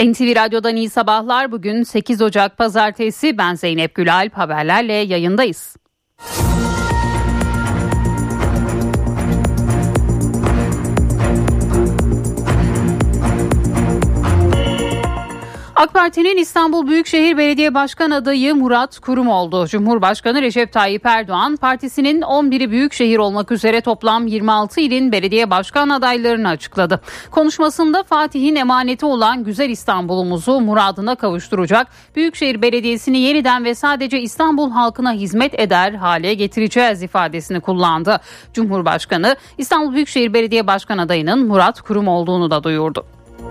NTV Radyo'dan iyi sabahlar. Bugün 8 Ocak Pazartesi. Ben Zeynep Gülalp, haberlerle yayındayız. AK Parti'nin İstanbul Büyükşehir Belediye Başkan adayı Murat Kurum oldu. Cumhurbaşkanı Recep Tayyip Erdoğan, partisinin 11'i büyükşehir olmak üzere toplam 26 ilin belediye başkan adaylarını açıkladı. Konuşmasında Fatih'in emaneti olan güzel İstanbul'umuzu muradına kavuşturacak, Büyükşehir Belediyesi'ni yeniden ve sadece İstanbul halkına hizmet eder hale getireceğiz ifadesini kullandı. Cumhurbaşkanı, İstanbul Büyükşehir Belediye Başkan adayının Murat Kurum olduğunu da duyurdu.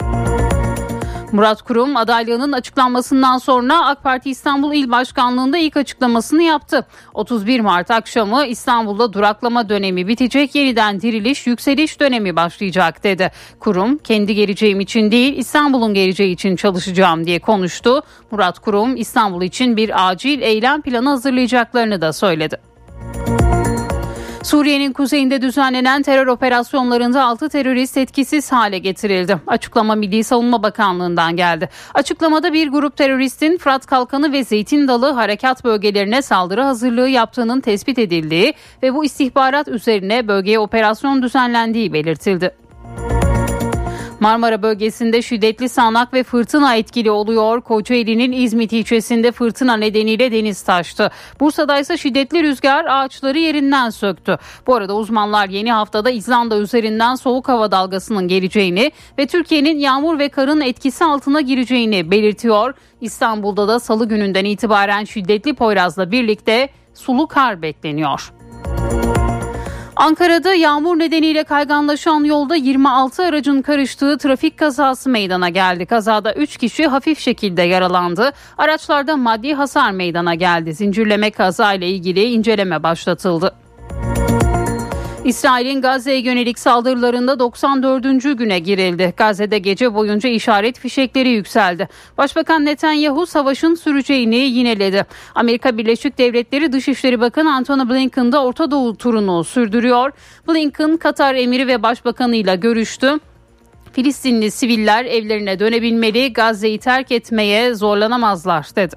Murat Kurum adaylığının açıklanmasından sonra AK Parti İstanbul İl Başkanlığı'nda ilk açıklamasını yaptı. 31 Mart akşamı İstanbul'da duraklama dönemi bitecek, yeniden diriliş, yükseliş dönemi başlayacak dedi. Kurum, kendi geleceğim için değil İstanbul'un geleceği için çalışacağım diye konuştu. Murat Kurum, İstanbul için bir acil eylem planı hazırlayacaklarını da söyledi. Suriye'nin kuzeyinde düzenlenen terör operasyonlarında 6 terörist etkisiz hale getirildi. Açıklama Milli Savunma Bakanlığı'ndan geldi. Açıklamada bir grup teröristin Fırat Kalkanı ve Zeytin Dalı harekat bölgelerine saldırı hazırlığı yaptığının tespit edildiği ve bu istihbarat üzerine bölgeye operasyon düzenlendiği belirtildi. Marmara bölgesinde şiddetli sağanak ve fırtına etkili oluyor. Kocaeli'nin İzmit ilçesinde fırtına nedeniyle deniz taştı. Bursa'da ise şiddetli rüzgar ağaçları yerinden söktü. Bu arada uzmanlar yeni haftada İzlanda üzerinden soğuk hava dalgasının geleceğini ve Türkiye'nin yağmur ve karın etkisi altına gireceğini belirtiyor. İstanbul'da da salı gününden itibaren şiddetli Poyraz'la birlikte sulu kar bekleniyor. Ankara'da yağmur nedeniyle kayganlaşan yolda 26 aracın karıştığı trafik kazası meydana geldi. Kazada 3 kişi hafif şekilde yaralandı. Araçlarda maddi hasar meydana geldi. Zincirleme kaza ile ilgili inceleme başlatıldı. İsrail'in Gazze'ye yönelik saldırılarında 94. güne girildi. Gazze'de gece boyunca işaret fişekleri yükseldi. Başbakan Netanyahu savaşın süreceğini yineledi. Amerika Birleşik Devletleri Dışişleri Bakanı Antony Blinken de Orta Doğu turunu sürdürüyor. Blinken, Katar emiri ve başbakanıyla görüştü. Filistinli siviller evlerine dönebilmeli, Gazze'yi terk etmeye zorlanamazlar dedi.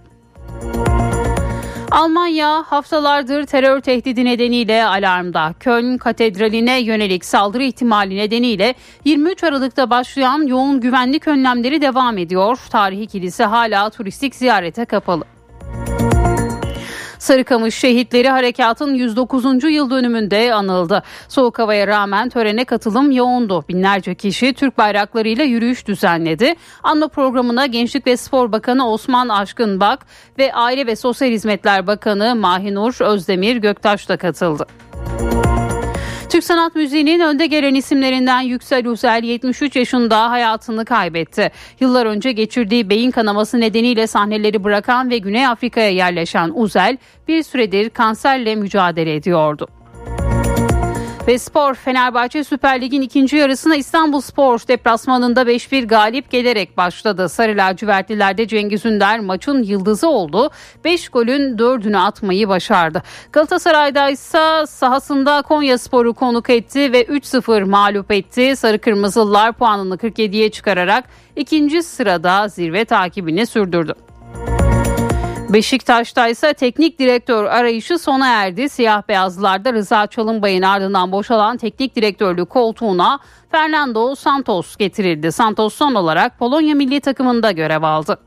Almanya haftalardır terör tehdidi nedeniyle alarmda. Köln Katedrali'ne yönelik saldırı ihtimali nedeniyle 23 Aralık'ta başlayan yoğun güvenlik önlemleri devam ediyor. Tarihi kilise hala turistik ziyarete kapalı. Sarıkamış Şehitleri Harekatı'nın 109. yıl dönümünde anıldı. Soğuk havaya rağmen törene katılım yoğundu. Binlerce kişi Türk bayraklarıyla yürüyüş düzenledi. Anma programına Gençlik ve Spor Bakanı Osman Aşkınbak ve Aile ve Sosyal Hizmetler Bakanı Mahinur Özdemir Göktaş da katıldı. Türk sanat müziğinin önde gelen isimlerinden Yüksel Uzel 73 yaşında hayatını kaybetti. Yıllar önce geçirdiği beyin kanaması nedeniyle sahneleri bırakan ve Güney Afrika'ya yerleşen Uzel bir süredir kanserle mücadele ediyordu. Ve spor, Fenerbahçe Süper Lig'in ikinci yarısına İstanbulspor deplasmanında 5-1 galip gelerek başladı. Sarı lacivertlilerde Cengiz Ünder maçın yıldızı oldu. 5 golün 4'ünü atmayı başardı. Galatasaray'da ise sahasında Konyaspor'u konuk etti ve 3-0 mağlup etti. Sarı Kırmızılılar puanını 47'ye çıkararak ikinci sırada zirve takibini sürdürdü. Beşiktaş'ta ise teknik direktör arayışı sona erdi. Siyah beyazlılarda Rıza Çalınbay'ın ardından boşalan teknik direktörlük koltuğuna Fernando Santos getirildi. Santos son olarak Polonya milli takımında görev aldı.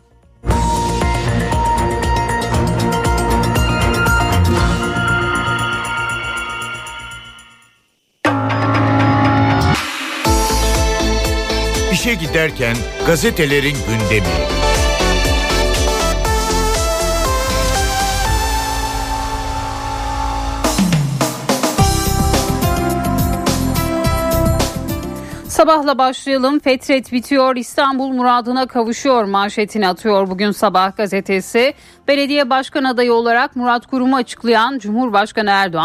İşe giderken gazetelerin gündemi. Sabahla başlayalım. Fetret bitiyor, İstanbul muradına kavuşuyor manşetini atıyor bugün Sabah gazetesi. Belediye başkan adayı olarak Murat Kurum'u açıklayan Cumhurbaşkanı Erdoğan,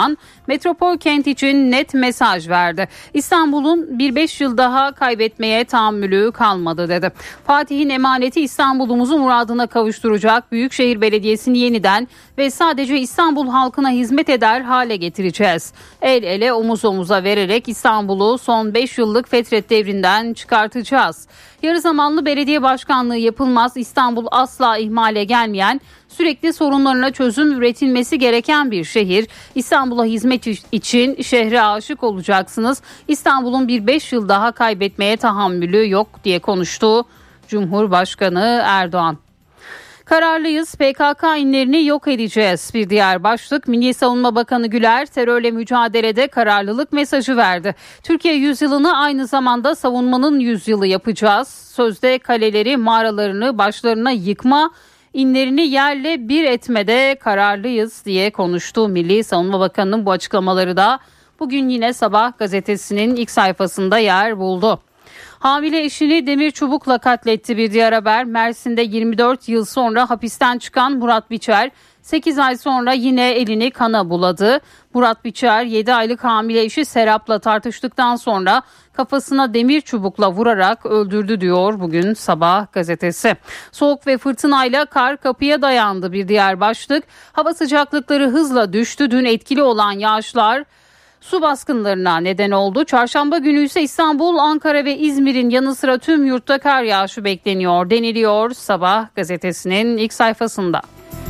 metropol kent için net mesaj verdi. İstanbul'un bir 5 yıl daha kaybetmeye tahammülü kalmadı dedi. Fatih'in emaneti İstanbul'umuzu muradına kavuşturacak. Büyükşehir Belediyesi'ni yeniden ve sadece İstanbul halkına hizmet eder hale getireceğiz. El ele omuz omuza vererek İstanbul'u son 5 yıllık fetret devrinden çıkartacağız. Yarı zamanlı belediye başkanlığı yapılmaz. İstanbul asla ihmale gelmeyen, sürekli sorunlarına çözüm üretilmesi gereken bir şehir. İstanbul'a hizmet için şehre aşık olacaksınız. İstanbul'un bir 5 yıl daha kaybetmeye tahammülü yok diye konuştu Cumhurbaşkanı Erdoğan. Kararlıyız, PKK inlerini yok edeceğiz. Bir diğer başlık, Milli Savunma Bakanı Güler terörle mücadelede kararlılık mesajı verdi. Türkiye yüzyılını aynı zamanda savunmanın yüzyılı yapacağız. Sözde kaleleri, mağaralarını başlarına yıkma, inlerini yerle bir etmede kararlıyız diye konuştu. Milli Savunma Bakanı'nın bu açıklamaları da bugün yine Sabah gazetesinin ilk sayfasında yer buldu. Hamile eşini demir çubukla katletti bir diğer haber. Mersin'de 24 yıl sonra hapisten çıkan Murat Biçer 8 ay sonra yine elini kana buladı. Murat Biçer 7 aylık hamile eşi Serap'la tartıştıktan sonra kafasına demir çubukla vurarak öldürdü diyor bugün Sabah gazetesi. Soğuk ve fırtınayla kar kapıya dayandı bir diğer başlık. Hava sıcaklıkları hızla düştü. Dün etkili olan yağışlar su baskınlarına neden oldu. Çarşamba günü ise İstanbul, Ankara ve İzmir'in yanı sıra tüm yurtta kar yağışı bekleniyor deniliyor Sabah gazetesinin ilk sayfasında.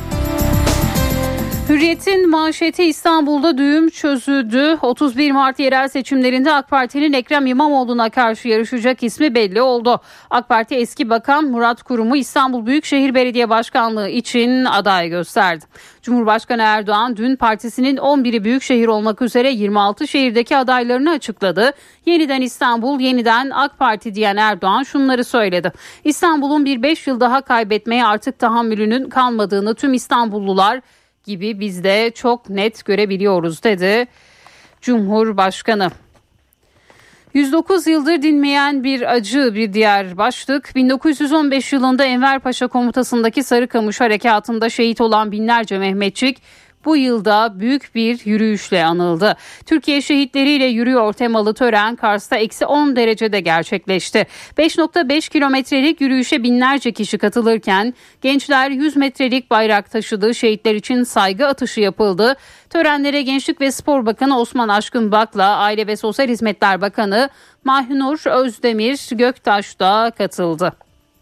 Hürriyet'in manşeti İstanbul'da düğüm çözüldü. 31 Mart yerel seçimlerinde AK Parti'nin Ekrem İmamoğlu'na karşı yarışacak ismi belli oldu. AK Parti eski bakan Murat Kurum'u İstanbul Büyükşehir Belediye Başkanlığı için aday gösterdi. Cumhurbaşkanı Erdoğan dün partisinin 11'i büyükşehir olmak üzere 26 şehirdeki adaylarını açıkladı. Yeniden İstanbul, yeniden AK Parti diyen Erdoğan şunları söyledi. İstanbul'un bir 5 yıl daha kaybetmeye artık tahammülünün kalmadığını tüm İstanbullular gibi biz de çok net görebiliyoruz dedi Cumhurbaşkanı. 109 yıldır dinmeyen bir acı bir diğer başlık. 1915 yılında Enver Paşa komutasındaki Sarıkamış harekatında şehit olan binlerce Mehmetçik bu yılda büyük bir yürüyüşle anıldı. Türkiye şehitleriyle yürüyor temalı tören Kars'ta -10 derecede gerçekleşti. 5.5 kilometrelik yürüyüşe binlerce kişi katılırken gençler 100 metrelik bayrak taşıdı. Şehitler için saygı atışı yapıldı. Törenlere Gençlik ve Spor Bakanı Osman Aşkın Bak'la Aile ve Sosyal Hizmetler Bakanı Mahnur Özdemir Göktaş da katıldı.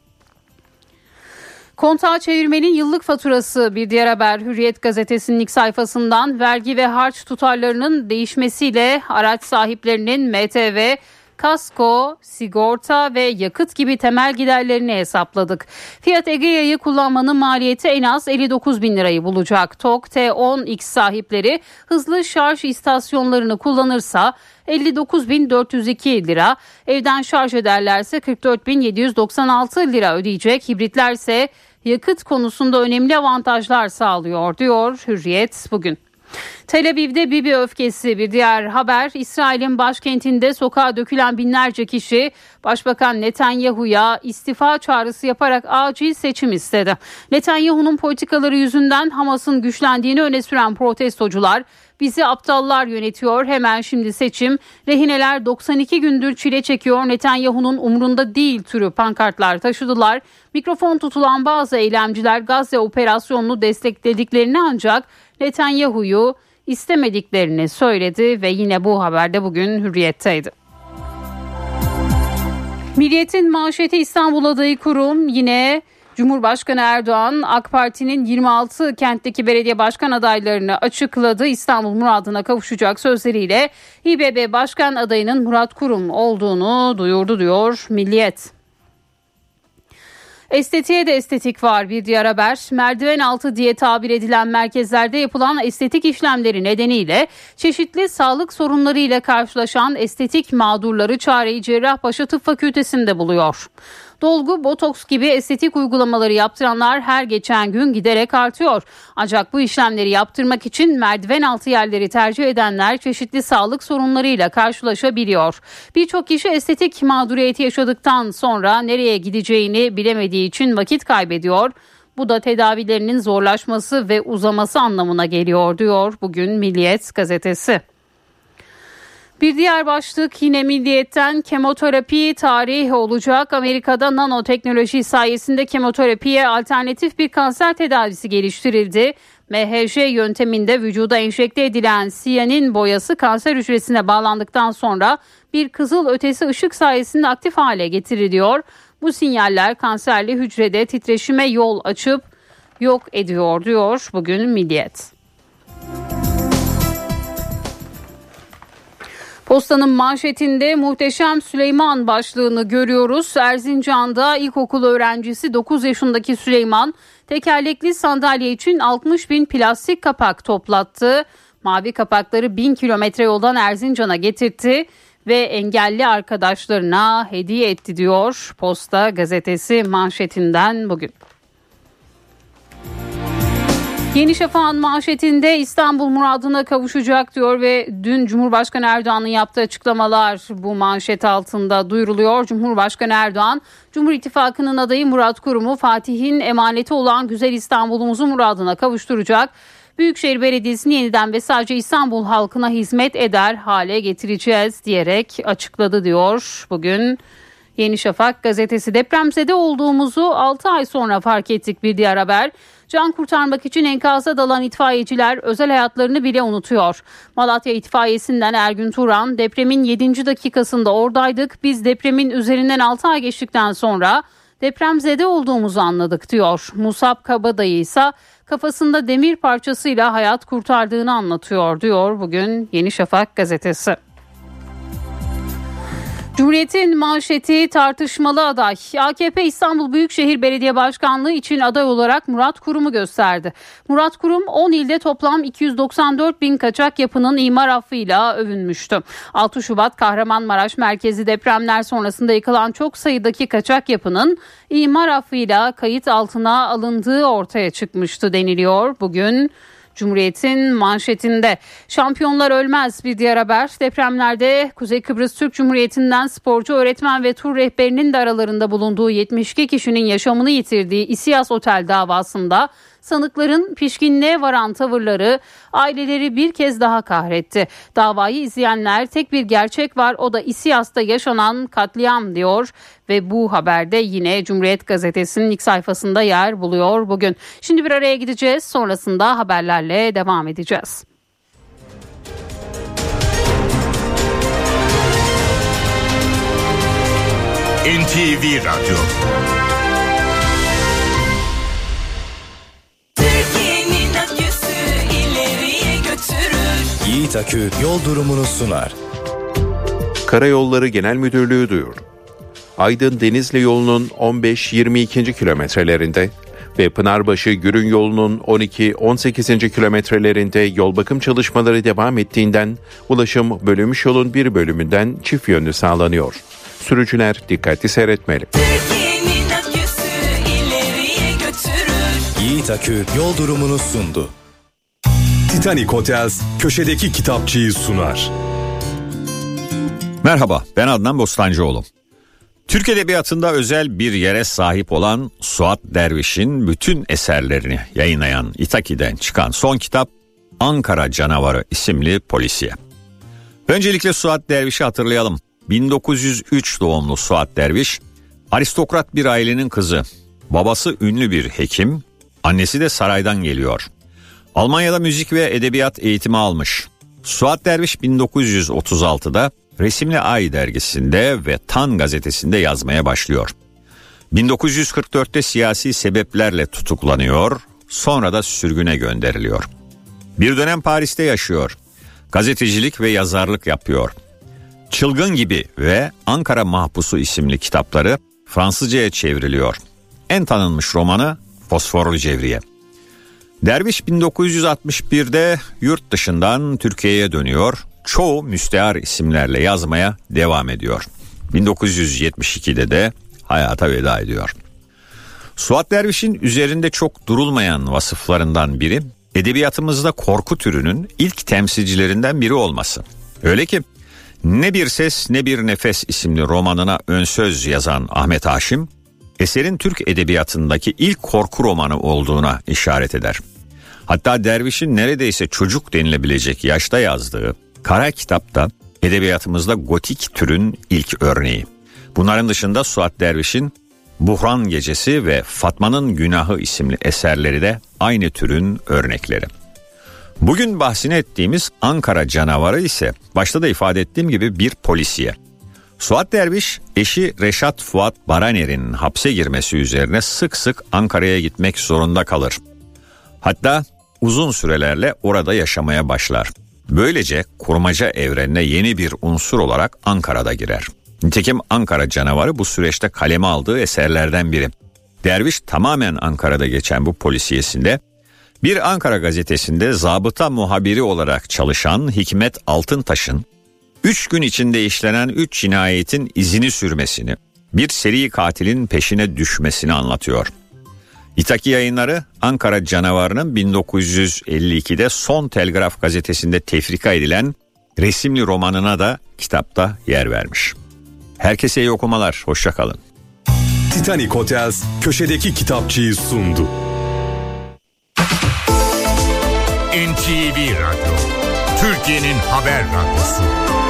Kontağı çevirmenin yıllık faturası bir diğer haber. Hürriyet gazetesinin ilk sayfasından vergi ve harç tutarlarının değişmesiyle araç sahiplerinin MTV, kasko, sigorta ve yakıt gibi temel giderlerini hesapladık. Fiat Egea'yı kullanmanın maliyeti en az 59 bin lirayı bulacak. TOG T10X sahipleri hızlı şarj istasyonlarını kullanırsa 59.402 lira, evden şarj ederlerse 44.796 lira ödeyecek. Hibritlerse yakıt konusunda önemli avantajlar sağlıyor diyor Hürriyet bugün. Tel Aviv'de Bibi öfkesi bir diğer haber. İsrail'in başkentinde sokağa dökülen binlerce kişi Başbakan Netanyahu'ya istifa çağrısı yaparak acil seçim istedi. Netanyahu'nun politikaları yüzünden Hamas'ın güçlendiğini öne süren protestocular bizi aptallar yönetiyor, hemen şimdi seçim, rehineler 92 gündür çile çekiyor, Netanyahu'nun umrunda değil türü pankartlar taşıdılar. Mikrofon tutulan bazı eylemciler Gazze operasyonunu desteklediklerini ancak Netanyahu'yu istemediklerini söyledi ve yine bu haberde bugün Hürriyet'teydi. Milliyet'in manşeti İstanbul Adayı Kurum yine Cumhurbaşkanı Erdoğan AK Parti'nin 26 kentteki belediye başkan adaylarını açıkladı. İstanbul muradına kavuşacak sözleriyle İBB Başkan adayının Murat Kurum olduğunu duyurdu diyor Milliyet. Estetiğe de estetik var bir diğer haber. Merdiven altı diye tabir edilen merkezlerde yapılan estetik işlemleri nedeniyle çeşitli sağlık sorunlarıyla karşılaşan estetik mağdurları çareyi Cerrahpaşa Tıp Fakültesi'nde buluyor. Dolgu, botoks gibi estetik uygulamaları yaptıranlar her geçen gün giderek artıyor. Ancak bu işlemleri yaptırmak için merdiven altı yerleri tercih edenler çeşitli sağlık sorunlarıyla karşılaşabiliyor. Birçok kişi estetik mağduriyeti yaşadıktan sonra nereye gideceğini bilemediği için vakit kaybediyor. Bu da tedavilerinin zorlaşması ve uzaması anlamına geliyor diyor bugün Milliyet gazetesi. Bir diğer başlık yine Milliyet'ten, kemoterapi tarihi olacak. Amerika'da nanoteknoloji sayesinde kemoterapiye alternatif bir kanser tedavisi geliştirildi. MHJ yönteminde vücuda enjekte edilen siyanin boyası kanser hücresine bağlandıktan sonra bir kızıl ötesi ışık sayesinde aktif hale getiriliyor. Bu sinyaller kanserli hücrede titreşime yol açıp yok ediyor diyor bugün Milliyet. Postanın manşetinde Muhteşem Süleyman başlığını görüyoruz. Erzincan'da ilkokul öğrencisi 9 yaşındaki Süleyman tekerlekli sandalye için 60.000 plastik kapak toplattı. Mavi kapakları 1000 kilometre yoldan Erzincan'a getirtti ve engelli arkadaşlarına hediye etti diyor Posta gazetesi manşetinden bugün. Yeni Şafak'ın manşetinde İstanbul muradına kavuşacak diyor ve dün Cumhurbaşkanı Erdoğan'ın yaptığı açıklamalar bu manşet altında duyuruluyor. Cumhurbaşkanı Erdoğan, Cumhur İttifakı'nın adayı Murat Kurum'u Fatih'in emaneti olan güzel İstanbul'umuzu muradına kavuşturacak. Büyükşehir Belediyesi'ni yeniden ve sadece İstanbul halkına hizmet eder hale getireceğiz diyerek açıkladı diyor bugün Yeni Şafak gazetesi. Depremzede olduğumuzu 6 ay sonra fark ettik bir diğer haber. Can kurtarmak için enkaza dalan itfaiyeciler özel hayatlarını bile unutuyor. Malatya itfaiyesinden Ergün Turan, depremin 7. dakikasında oradaydık. Biz depremin üzerinden 6 ay geçtikten sonra depremzede olduğumuzu anladık diyor. Musab Kabadayı ise kafasında demir parçasıyla hayat kurtardığını anlatıyor diyor bugün Yeni Şafak gazetesi. Cumhuriyet'in manşeti tartışmalı aday. AKP İstanbul Büyükşehir Belediye Başkanlığı için aday olarak Murat Kurum'u gösterdi. Murat Kurum 10 ilde toplam 294.000 kaçak yapının imar affıyla övünmüştü. 6 Şubat Kahramanmaraş merkezi depremler sonrasında yıkılan çok sayıdaki kaçak yapının imar affıyla kayıt altına alındığı ortaya çıkmıştı deniliyor bugün Cumhuriyet'in manşetinde. Şampiyonlar ölmez bir diğer haber. Depremlerde Kuzey Kıbrıs Türk Cumhuriyeti'nden sporcu, öğretmen ve tur rehberinin de aralarında bulunduğu 72 kişinin yaşamını yitirdiği İSİAS Otel davasında sanıkların pişkinliğe varan tavırları aileleri bir kez daha kahretti. Davayı izleyenler tek bir gerçek var, o da İSİAS'ta yaşanan katliam diyor ve bu haberde yine Cumhuriyet Gazetesi'nin ilk sayfasında yer buluyor bugün. Şimdi bir araya gideceğiz, sonrasında haberlerle devam edeceğiz. NTV Radyo. Yiğit Akü yol durumunu sunar. Karayolları Genel Müdürlüğü duyurdu. Aydın-Denizli yolunun 15-22. kilometrelerinde ve Pınarbaşı-Gürün yolunun 12-18. kilometrelerinde yol bakım çalışmaları devam ettiğinden ulaşım bölünmüş yolun bir bölümünden çift yönlü sağlanıyor. Sürücüler dikkatli seyretmeli. Yiğit Akü yol durumunu sundu. Titanic Hotels köşedeki kitapçıyı sunar. Merhaba, ben Adnan Bostancıoğlu. Türk Edebiyatı'nda özel bir yere sahip olan Suat Derviş'in bütün eserlerini yayınlayan İtaki'den çıkan son kitap Ankara Canavarı isimli polisiye. Öncelikle Suat Derviş'i hatırlayalım. 1903 doğumlu Suat Derviş, aristokrat bir ailenin kızı. Babası ünlü bir hekim, annesi de saraydan geliyor. Almanya'da müzik ve edebiyat eğitimi almış. Suat Derviş 1936'da Resimli Ay dergisinde ve Tan gazetesinde yazmaya başlıyor. 1944'te siyasi sebeplerle tutuklanıyor, sonra da sürgüne gönderiliyor. Bir dönem Paris'te yaşıyor. Gazetecilik ve yazarlık yapıyor. Çılgın Gibi ve Ankara Mahpusu isimli kitapları Fransızca'ya çevriliyor. En tanınmış romanı Fosforlu Cevriye. Derviş 1961'de yurt dışından Türkiye'ye dönüyor. Çoğu müstehar isimlerle yazmaya devam ediyor. 1972'de de hayata veda ediyor. Suat Derviş'in üzerinde çok durulmayan vasıflarından biri, edebiyatımızda korku türünün ilk temsilcilerinden biri olması. Öyle ki Ne Bir Ses Ne Bir Nefes isimli romanına ön söz yazan Ahmet Haşim, eserin Türk edebiyatındaki ilk korku romanı olduğuna işaret eder. Hatta Derviş'in neredeyse çocuk denilebilecek yaşta yazdığı Kara Kitap da edebiyatımızda gotik türün ilk örneği. Bunların dışında Suat Derviş'in Buhran Gecesi ve Fatma'nın Günahı isimli eserleri de aynı türün örnekleri. Bugün bahsini ettiğimiz Ankara Canavarı ise başta da ifade ettiğim gibi bir polisiye. Suat Derviş eşi Reşat Fuat Baraner'in hapse girmesi üzerine sık sık Ankara'ya gitmek zorunda kalır. Hatta uzun sürelerle orada yaşamaya başlar. Böylece kurmaca evrenine yeni bir unsur olarak Ankara'da girer. Nitekim Ankara Canavarı bu süreçte kaleme aldığı eserlerden biri. Derviş tamamen Ankara'da geçen bu polisiyesinde bir Ankara gazetesinde zabıta muhabiri olarak çalışan Hikmet Altıntaş'ın 3 gün içinde işlenen 3 cinayetin izini sürmesini, bir seri katilin peşine düşmesini anlatıyor. İtaki Yayınları Ankara Canavarı'nın 1952'de Son Telgraf gazetesinde tefrika edilen resimli romanına da kitapta yer vermiş. Herkese iyi okumalar, hoşça kalın. Titanic Hotels köşedeki kitapçıyı sundu. NTV Radyo, Türkiye'nin haber radyosu.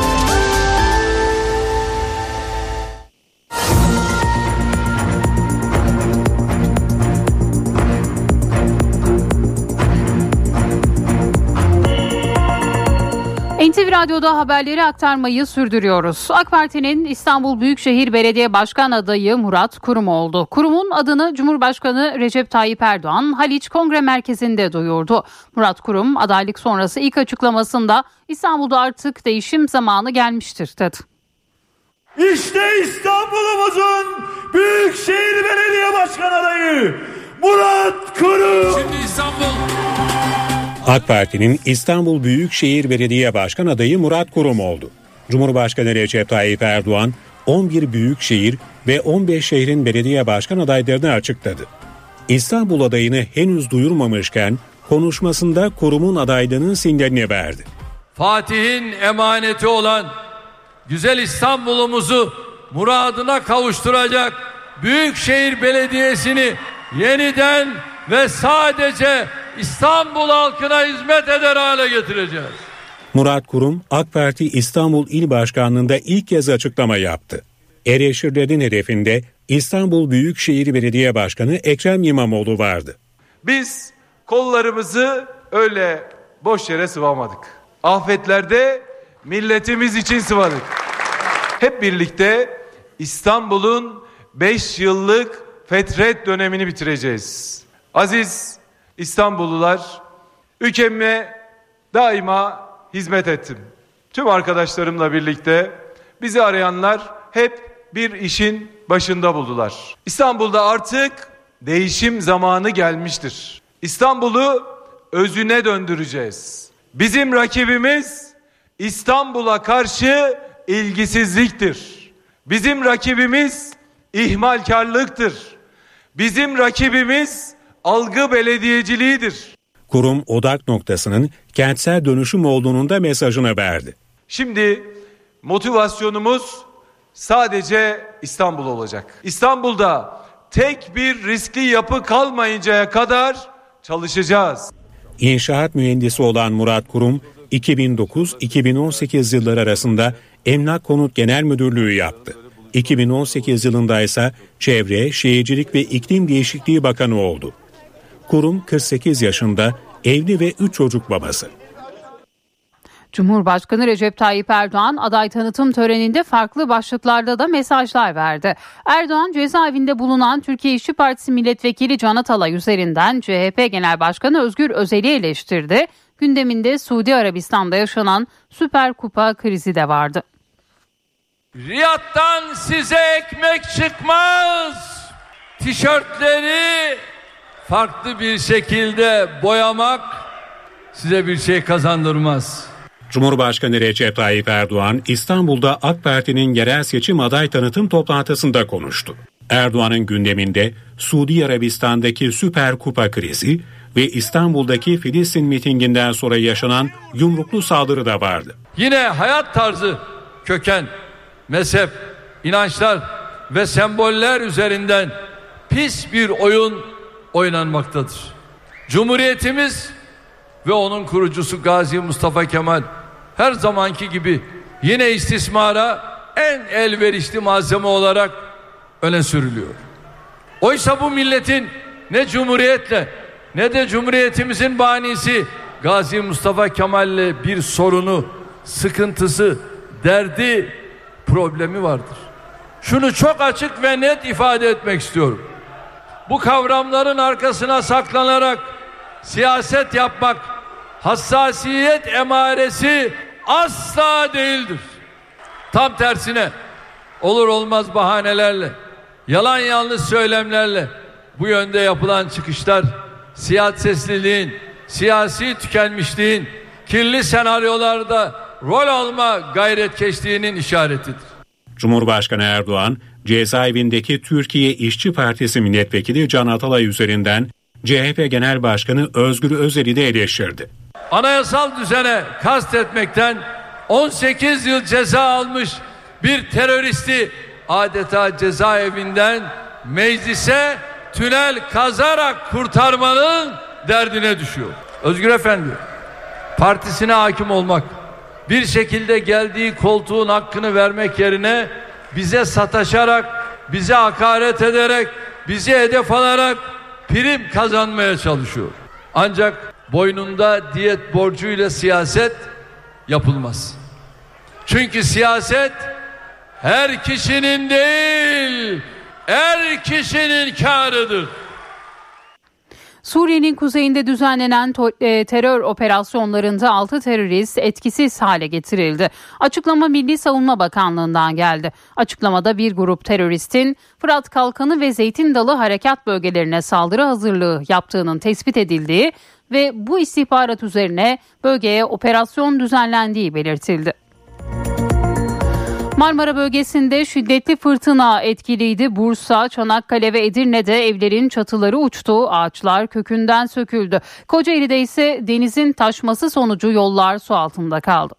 NTV Radyo'da haberleri aktarmayı sürdürüyoruz. AK Parti'nin İstanbul Büyükşehir Belediye Başkan adayı Murat Kurum oldu. Kurum'un adını Cumhurbaşkanı Recep Tayyip Erdoğan Haliç Kongre Merkezi'nde duyurdu. Murat Kurum adaylık sonrası ilk açıklamasında İstanbul'da artık değişim zamanı gelmiştir dedi. İşte İstanbul'umuzun Büyükşehir Belediye Başkan adayı Murat Kurum. Şimdi İstanbul. AK Parti'nin İstanbul Büyükşehir Belediye Başkan adayı Murat Kurum oldu. Cumhurbaşkanı Recep Tayyip Erdoğan 11 büyükşehir ve 15 şehrin belediye başkan adaylarını açıkladı. İstanbul adayını henüz duyurmamışken konuşmasında Kurum'un adaylığının sinyalini verdi. Fatih'in emaneti olan güzel İstanbul'umuzu muradına kavuşturacak Büyükşehir Belediyesi'ni yeniden ve sadece İstanbul halkına hizmet eder hale getireceğiz. Murat Kurum, AK Parti İstanbul İl Başkanlığı'nda ilk kez açıklama yaptı. Eleştirilerin hedefinde İstanbul Büyükşehir Belediye Başkanı Ekrem İmamoğlu vardı. Biz kollarımızı öyle boş yere sıvamadık. Afetlerde milletimiz için sıvadık. Hep birlikte İstanbul'un 5 yıllık fetret dönemini bitireceğiz. Aziz İstanbullular, ülkeme daima hizmet ettim. Tüm arkadaşlarımla birlikte bizi arayanlar hep bir işin başında buldular. İstanbul'da artık değişim zamanı gelmiştir. İstanbul'u özüne döndüreceğiz. Bizim rakibimiz İstanbul'a karşı ilgisizliktir. Bizim rakibimiz ihmalkarlıktır. Bizim rakibimiz algı belediyeciliğidir. Kurum odak noktasının kentsel dönüşüm olduğunun da mesajını verdi. Şimdi motivasyonumuz sadece İstanbul olacak. İstanbul'da tek bir riskli yapı kalmayıncaya kadar çalışacağız. İnşaat mühendisi olan Murat Kurum 2009-2018 yılları arasında Emlak Konut Genel Müdürlüğü yaptı. 2018 yılında ise Çevre, Şehircilik ve İklim Değişikliği Bakanı oldu. Kurum 48 yaşında, evli ve 3 çocuk babası. Cumhurbaşkanı Recep Tayyip Erdoğan aday tanıtım töreninde farklı başlıklarda da mesajlar verdi. Erdoğan cezaevinde bulunan Türkiye İşçi Partisi Milletvekili Can Atalay üzerinden CHP Genel Başkanı Özgür Özel'i eleştirdi. Gündeminde Suudi Arabistan'da yaşanan Süper Kupa krizi de vardı. Riyad'dan size ekmek çıkmaz. Tişörtleri farklı bir şekilde boyamak size bir şey kazandırmaz. Cumhurbaşkanı Recep Tayyip Erdoğan İstanbul'da AK Parti'nin yerel seçim aday tanıtım toplantısında konuştu. Erdoğan'ın gündeminde Suudi Arabistan'daki Süper Kupa krizi ve İstanbul'daki Filistin mitinginden sonra yaşanan yumruklu saldırı da vardı. Yine hayat tarzı, köken, mezhep, inançlar ve semboller üzerinden pis bir oyun oynanmaktadır. Cumhuriyetimiz ve onun kurucusu Gazi Mustafa Kemal her zamanki gibi yine istismara en elverişli malzeme olarak öne sürülüyor. Oysa bu milletin ne cumhuriyetle ne de cumhuriyetimizin banisi Gazi Mustafa Kemal'le bir sorunu, sıkıntısı, derdi, problemi vardır. Şunu çok açık ve net ifade etmek istiyorum. Bu kavramların arkasına saklanarak siyaset yapmak hassasiyet emaresi asla değildir. Tam tersine olur olmaz bahanelerle, yalan yanlış söylemlerle bu yönde yapılan çıkışlar siyasetliliğin, siyasi tükenmişliğin, kirli senaryolarda rol alma gayretkeşliğinin işaretidir. Cumhurbaşkanı Erdoğan, cezaevindeki Türkiye İşçi Partisi milletvekili Can Atalay üzerinden CHP Genel Başkanı Özgür Özel'i de eleştirdi. Anayasal düzene kastetmekten 18 yıl ceza almış bir teröristi adeta cezaevinden meclise tünel kazarak kurtarmanın derdine düşüyor. Özgür Efendi, partisine hakim olmak, bir şekilde geldiği koltuğun hakkını vermek yerine bize sataşarak, bize hakaret ederek, bizi hedef alarak prim kazanmaya çalışıyor. Ancak boynunda diyet borcuyla siyaset yapılmaz. Çünkü siyaset her kişinin değil, her kişinin kârıdır. Suriye'nin kuzeyinde düzenlenen terör operasyonlarında 6 terörist etkisiz hale getirildi. Açıklama Milli Savunma Bakanlığı'ndan geldi. Açıklamada bir grup teröristin Fırat Kalkanı ve Zeytin Dalı harekat bölgelerine saldırı hazırlığı yaptığının tespit edildiği ve bu istihbarat üzerine bölgeye operasyon düzenlendiği belirtildi. Marmara bölgesinde şiddetli fırtına etkiliydi. Bursa, Çanakkale ve Edirne'de evlerin çatıları uçtu, ağaçlar kökünden söküldü. Kocaeli'de ise denizin taşması sonucu yollar su altında kaldı.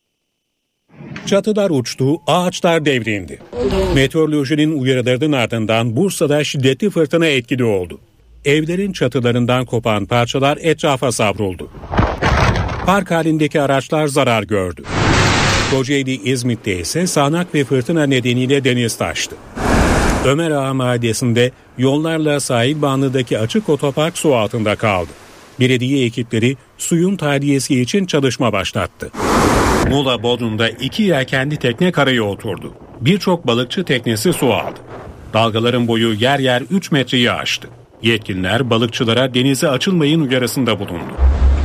Çatılar uçtu, ağaçlar devrildi. Meteorolojinin uyarılarının ardından Bursa'da şiddetli fırtına etkili oldu. Evlerin çatılarından kopan parçalar etrafa savruldu. Park halindeki araçlar zarar gördü. Kocaeli İzmit'te ise sağanak ve fırtına nedeniyle deniz taştı. Ömer Ağa Mahallesi'nde yollarla sahil bandındaki açık otopark su altında kaldı. Belediye ekipleri suyun tahliyesi için çalışma başlattı. Muğla Bodrum'da 2 yelkenli tekne karaya oturdu. Birçok balıkçı teknesi su aldı. Dalgaların boyu yer yer 3 metreyi aştı. Yetkililer balıkçılara denize açılmayın uyarısında bulundu.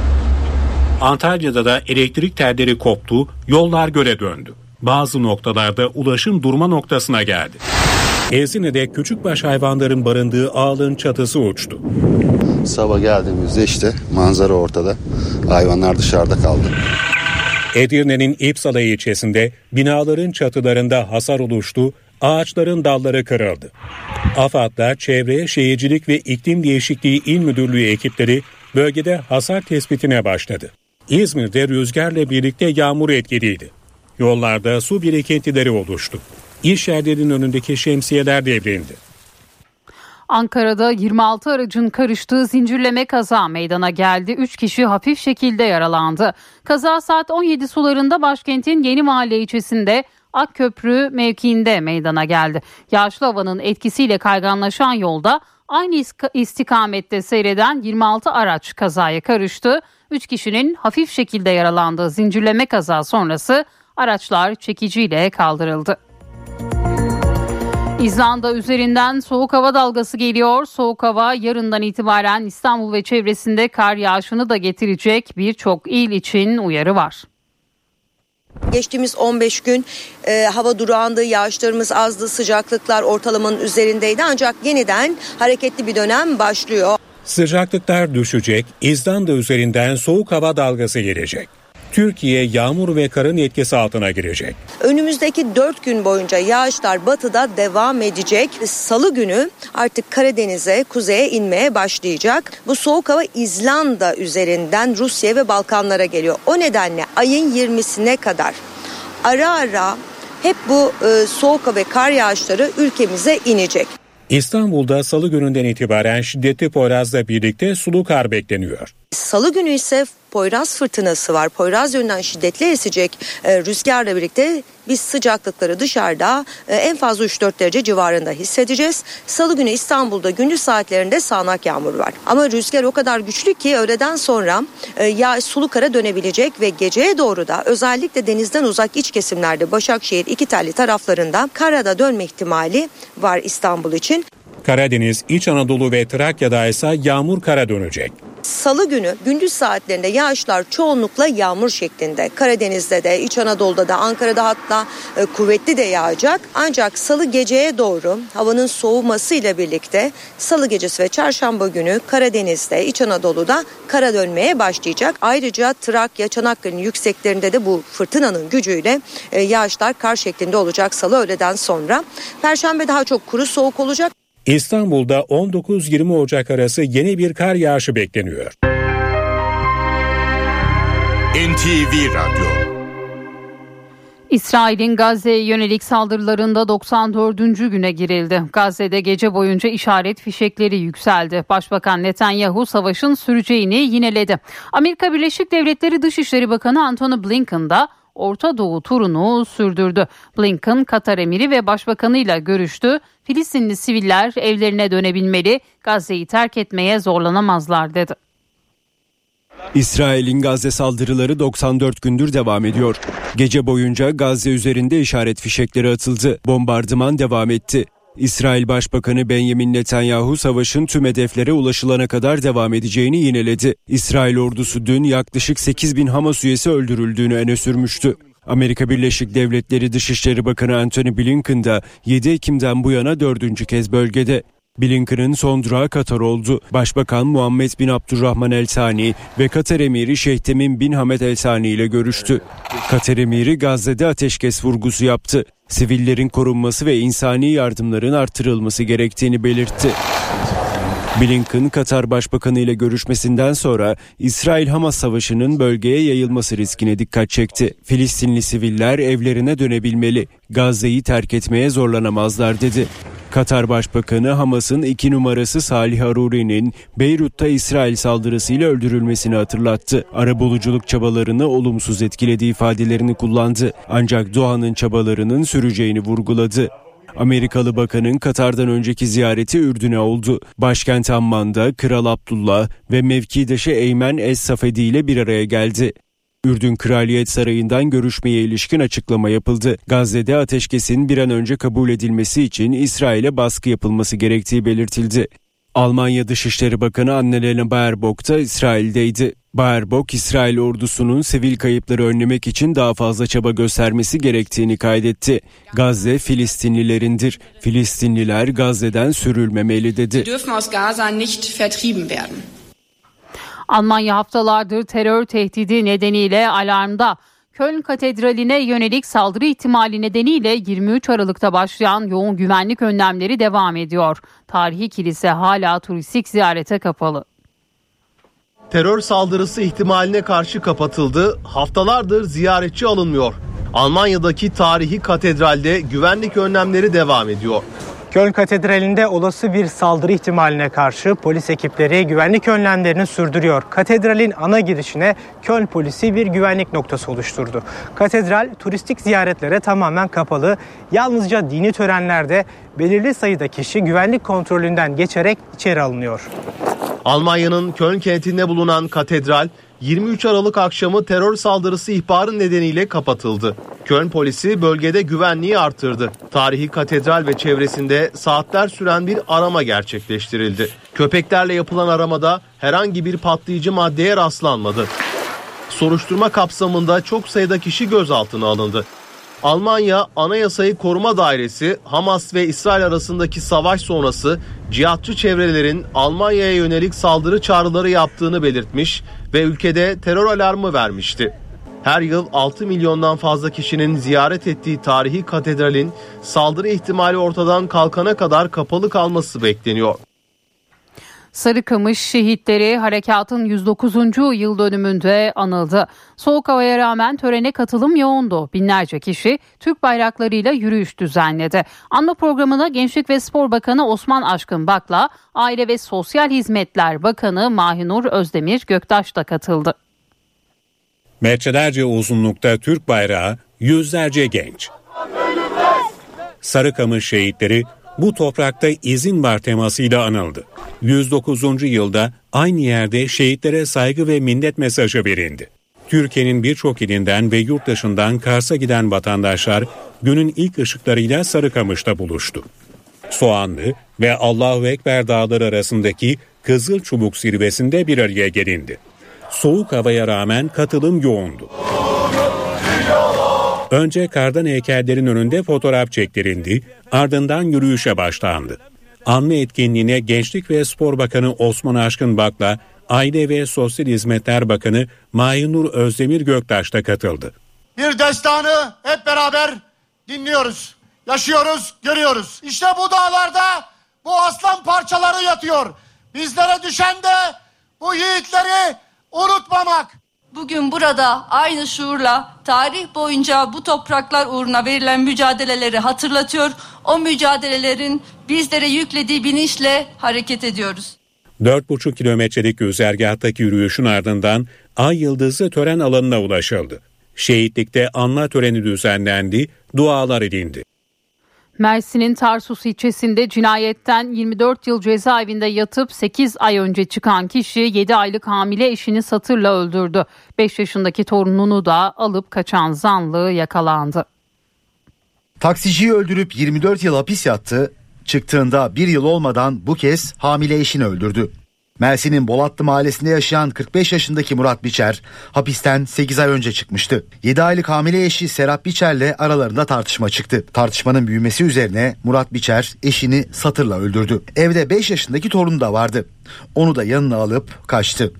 Antalya'da da elektrik telleri koptu, yollar göle döndü. Bazı noktalarda ulaşım durma noktasına geldi. Ezine'de küçükbaş hayvanların barındığı ağılın çatısı uçtu. Sabah geldiğimizde işte manzara ortada, hayvanlar dışarıda kaldı. Edirne'nin İpsala ilçesinde binaların çatılarında hasar oluştu, ağaçların dalları kırıldı. AFAD'da Çevre, Şehircilik ve İklim Değişikliği İl Müdürlüğü ekipleri bölgede hasar tespitine başladı. İzmir'de rüzgarla birlikte yağmur etkiliydi. Yollarda su birikintileri oluştu. İş yerlerinin önündeki şemsiyeler devrildi. Ankara'da 26 aracın karıştığı zincirleme kaza meydana geldi. 3 kişi hafif şekilde yaralandı. Kaza saat 17 sularında başkentin Yeni Mahalle ilçesinde Akköprü mevkiinde meydana geldi. Yağışlı havanın etkisiyle kayganlaşan yolda aynı istikamette seyreden 26 araç kazaya karıştı. 3 kişinin hafif şekilde yaralandığı zincirleme kaza sonrası araçlar çekiciyle kaldırıldı. İzlanda üzerinden soğuk hava dalgası geliyor. Soğuk hava yarından itibaren İstanbul ve çevresinde kar yağışını da getirecek, birçok il için uyarı var. Geçtiğimiz 15 gün hava durağandı, yağışlarımız azdı, sıcaklıklar ortalamanın üzerindeydi ancak yeniden hareketli bir dönem başlıyor. Sıcaklıklar düşecek, İzlanda üzerinden soğuk hava dalgası gelecek. Türkiye yağmur ve karın etkisi altına girecek. Önümüzdeki 4 gün boyunca yağışlar batıda devam edecek. Salı günü artık Karadeniz'e, kuzeye inmeye başlayacak. Bu soğuk hava İzlanda üzerinden Rusya ve Balkanlara geliyor. O nedenle ayın 20'sine kadar ara ara hep bu soğuk hava ve kar yağışları ülkemize inecek. İstanbul'da salı gününden itibaren şiddetli Poyraz'la birlikte sulu kar bekleniyor. Salı günü ise Poyraz fırtınası var. Poyraz yönünden şiddetli esecek rüzgarla birlikte biz sıcaklıkları dışarıda en fazla 3-4 derece civarında hissedeceğiz. Salı günü İstanbul'da gündüz saatlerinde sağanak yağmur var. Ama rüzgar o kadar güçlü ki öğleden sonra sulu kara dönebilecek ve geceye doğru da özellikle denizden uzak iç kesimlerde Başakşehir, İkitelli taraflarında karada dönme ihtimali var İstanbul için. Karadeniz, İç Anadolu ve Trakya'da ise yağmur kara dönecek. Salı günü gündüz saatlerinde yağışlar çoğunlukla yağmur şeklinde. Karadeniz'de de, İç Anadolu'da da, Ankara'da hatta kuvvetli de yağacak. Ancak salı geceye doğru havanın soğumasıyla birlikte salı gecesi ve çarşamba günü Karadeniz'de, İç Anadolu'da kara dönmeye başlayacak. Ayrıca Trakya, Çanakkale'nin yükseklerinde de bu fırtınanın gücüyle yağışlar kar şeklinde olacak salı öğleden sonra. Perşembe daha çok kuru soğuk olacak. İstanbul'da 19-20 Ocak arası yeni bir kar yağışı bekleniyor. NTV Radyo. İsrail'in Gazze'ye yönelik saldırılarında 94. güne girildi. Gazze'de gece boyunca işaret fişekleri yükseldi. Başbakan Netanyahu savaşın süreceğini yineledi. Amerika Birleşik Devletleri Dışişleri Bakanı Antony Blinken da Orta Doğu turunu sürdürdü. Blinken, Katar emiri ve başbakanıyla görüştü. Filistinli siviller evlerine dönebilmeli, Gazze'yi terk etmeye zorlanamazlar dedi. İsrail'in Gazze saldırıları 94 gündür devam ediyor. Gece boyunca Gazze üzerinde işaret fişekleri atıldı. Bombardıman devam etti. İsrail Başbakanı Benjamin Netanyahu savaşın tüm hedeflere ulaşılana kadar devam edeceğini yineledi. İsrail ordusu dün yaklaşık 8.000 Hamas üyesi öldürüldüğünü öne sürmüştü. Amerika Birleşik Devletleri Dışişleri Bakanı Antony Blinken de 7 Ekim'den bu yana 4. kez bölgede. Blinken'ın son durağı Katar oldu. Başbakan Muhammed bin Abdurrahman El Thani ve Katar emiri Şeyh Temim bin Hamed El Thani ile görüştü. Katar emiri Gazze'de ateşkes vurgusu yaptı. Sivillerin korunması ve insani yardımların artırılması gerektiğini belirtti. Blinken, Katar Başbakanı ile görüşmesinden sonra İsrail-Hamas savaşının bölgeye yayılması riskine dikkat çekti. Filistinli siviller evlerine dönebilmeli, Gazze'yi terk etmeye zorlanamazlar dedi. Katar Başbakanı Hamas'ın 2 numarası Salih Haruri'nin Beyrut'ta İsrail saldırısıyla öldürülmesini hatırlattı. Arabuluculuk çabalarını olumsuz etkilediği ifadelerini kullandı. Ancak Doha'nın çabalarının süreceğini vurguladı. Amerikalı bakanın Katar'dan önceki ziyareti Ürdün'e oldu. Başkent Amman'da Kral Abdullah ve mevkidaşı Eymen Es-Safedi ile bir araya geldi. Ürdün Kraliyet Sarayı'ndan görüşmeye ilişkin açıklama yapıldı. Gazze'de ateşkesin bir an önce kabul edilmesi için İsrail'e baskı yapılması gerektiği belirtildi. Almanya Dışişleri Bakanı Annalena Baerbock da İsrail'deydi. Baerbock, İsrail ordusunun sivil kayıpları önlemek için daha fazla çaba göstermesi gerektiğini kaydetti. Gazze Filistinlilerindir. Filistinliler Gazze'den sürülmemeli dedi. Almanya haftalardır terör tehdidi nedeniyle alarmda. Köln Katedrali'ne yönelik saldırı ihtimali nedeniyle 23 Aralık'ta başlayan yoğun güvenlik önlemleri devam ediyor. Tarihi kilise hala turistik ziyarete kapalı. Terör saldırısı ihtimaline karşı kapatıldı. Haftalardır ziyaretçi alınmıyor. Almanya'daki tarihi katedralde güvenlik önlemleri devam ediyor. Köln Katedrali'nde olası bir saldırı ihtimaline karşı polis ekipleri güvenlik önlemlerini sürdürüyor. Katedralin ana girişine Köln polisi bir güvenlik noktası oluşturdu. Katedral turistik ziyaretlere tamamen kapalı. Yalnızca dini törenlerde belirli sayıda kişi güvenlik kontrolünden geçerek içeri alınıyor. Almanya'nın Köln kentinde bulunan katedral 23 Aralık akşamı terör saldırısı ihbarı nedeniyle kapatıldı. Köln polisi bölgede güvenliği artırdı. Tarihi katedral ve çevresinde saatler süren bir arama gerçekleştirildi. Köpeklerle yapılan aramada herhangi bir patlayıcı maddeye rastlanmadı. Soruşturma kapsamında çok sayıda kişi gözaltına alındı. Almanya Anayasayı Koruma Dairesi, Hamas ve İsrail arasındaki savaş sonrası cihatçı çevrelerin Almanya'ya yönelik saldırı çağrıları yaptığını belirtmiş ve ülkede terör alarmı vermişti. Her yıl 6 milyondan fazla kişinin ziyaret ettiği tarihi katedralin saldırı ihtimali ortadan kalkana kadar kapalı kalması bekleniyor. Sarıkamış şehitleri harekatın 109. yıl dönümünde anıldı. Soğuk havaya rağmen törene katılım yoğundu. Binlerce kişi Türk bayraklarıyla yürüyüş düzenledi. Anma programına Gençlik ve Spor Bakanı Osman Aşkın Bak'la Aile ve Sosyal Hizmetler Bakanı Mahinur Özdemir Göktaş da katıldı. Metrelerce uzunlukta Türk bayrağı, yüzlerce genç. Sarıkamış şehitleri bu toprakta izin var temasıyla anıldı. 109. yılda aynı yerde şehitlere saygı ve minnet mesajı verildi. Türkiye'nin birçok ilinden ve yurt dışından Kars'a giden vatandaşlar günün ilk ışıklarıyla Sarıkamış'ta buluştu. Soğanlı ve Allahu Ekber dağları arasındaki Kızılçubuk zirvesinde bir araya gelindi. Soğuk havaya rağmen katılım yoğundu. Önce kardan heykellerin önünde fotoğraf çektirildi, ardından yürüyüşe başlandı. Anma etkinliğine Gençlik ve Spor Bakanı Osman Aşkın Bak'la Aile ve Sosyal Hizmetler Bakanı Mahinur Özdemir Göktaş da katıldı. Bir destanı hep beraber dinliyoruz, yaşıyoruz, görüyoruz. İşte bu dağlarda bu aslan parçaları yatıyor. Bizlere düşen de bu yiğitleri unutmamak. Bugün burada aynı şuurla tarih boyunca bu topraklar uğruna verilen mücadeleleri hatırlatıyor. O mücadelelerin bizlere yüklediği bilinçle hareket ediyoruz. 4,5 kilometrelik güzergahtaki yürüyüşün ardından Ay Yıldızı tören alanına ulaşıldı. Şehitlikte anma töreni düzenlendi, dualar edildi. Mersin'in Tarsus ilçesinde cinayetten 24 yıl cezaevinde yatıp 8 ay önce çıkan kişi 7 aylık hamile eşini satırla öldürdü. 5 yaşındaki torununu da alıp kaçan zanlı yakalandı. Taksiciyi öldürüp 24 yıl hapis yattı. Çıktığında bir yıl olmadan bu kez hamile eşini öldürdü. Mersin'in Bolatlı mahallesinde yaşayan 45 yaşındaki Murat Biçer hapisten 8 ay önce çıkmıştı. 7 aylık hamile eşi Serap Biçer'le aralarında tartışma çıktı. Tartışmanın büyümesi üzerine Murat Biçer eşini satırla öldürdü. Evde 5 yaşındaki torunu da vardı. Onu da yanına alıp kaçtı.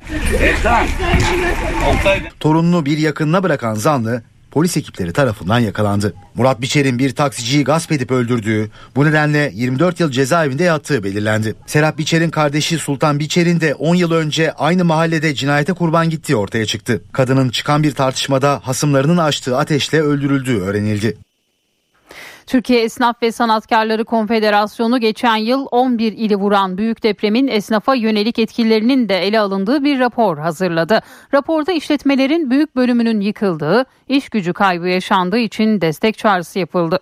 Torununu bir yakınına bırakan zanlı polis ekipleri tarafından yakalandı. Murat Biçer'in bir taksiciyi gasp edip öldürdüğü, bu nedenle 24 yıl cezaevinde yattığı belirlendi. Serap Biçer'in kardeşi Sultan Biçer'in de 10 yıl önce aynı mahallede cinayete kurban gittiği ortaya çıktı. Kadının çıkan bir tartışmada hasımlarının açtığı ateşle öldürüldüğü öğrenildi. Türkiye Esnaf ve Sanatkarları Konfederasyonu geçen yıl 11 ili vuran büyük depremin esnafa yönelik etkilerinin de ele alındığı bir rapor hazırladı. Raporda işletmelerin büyük bölümünün yıkıldığı, iş gücü kaybı yaşandığı için destek çağrısı yapıldı.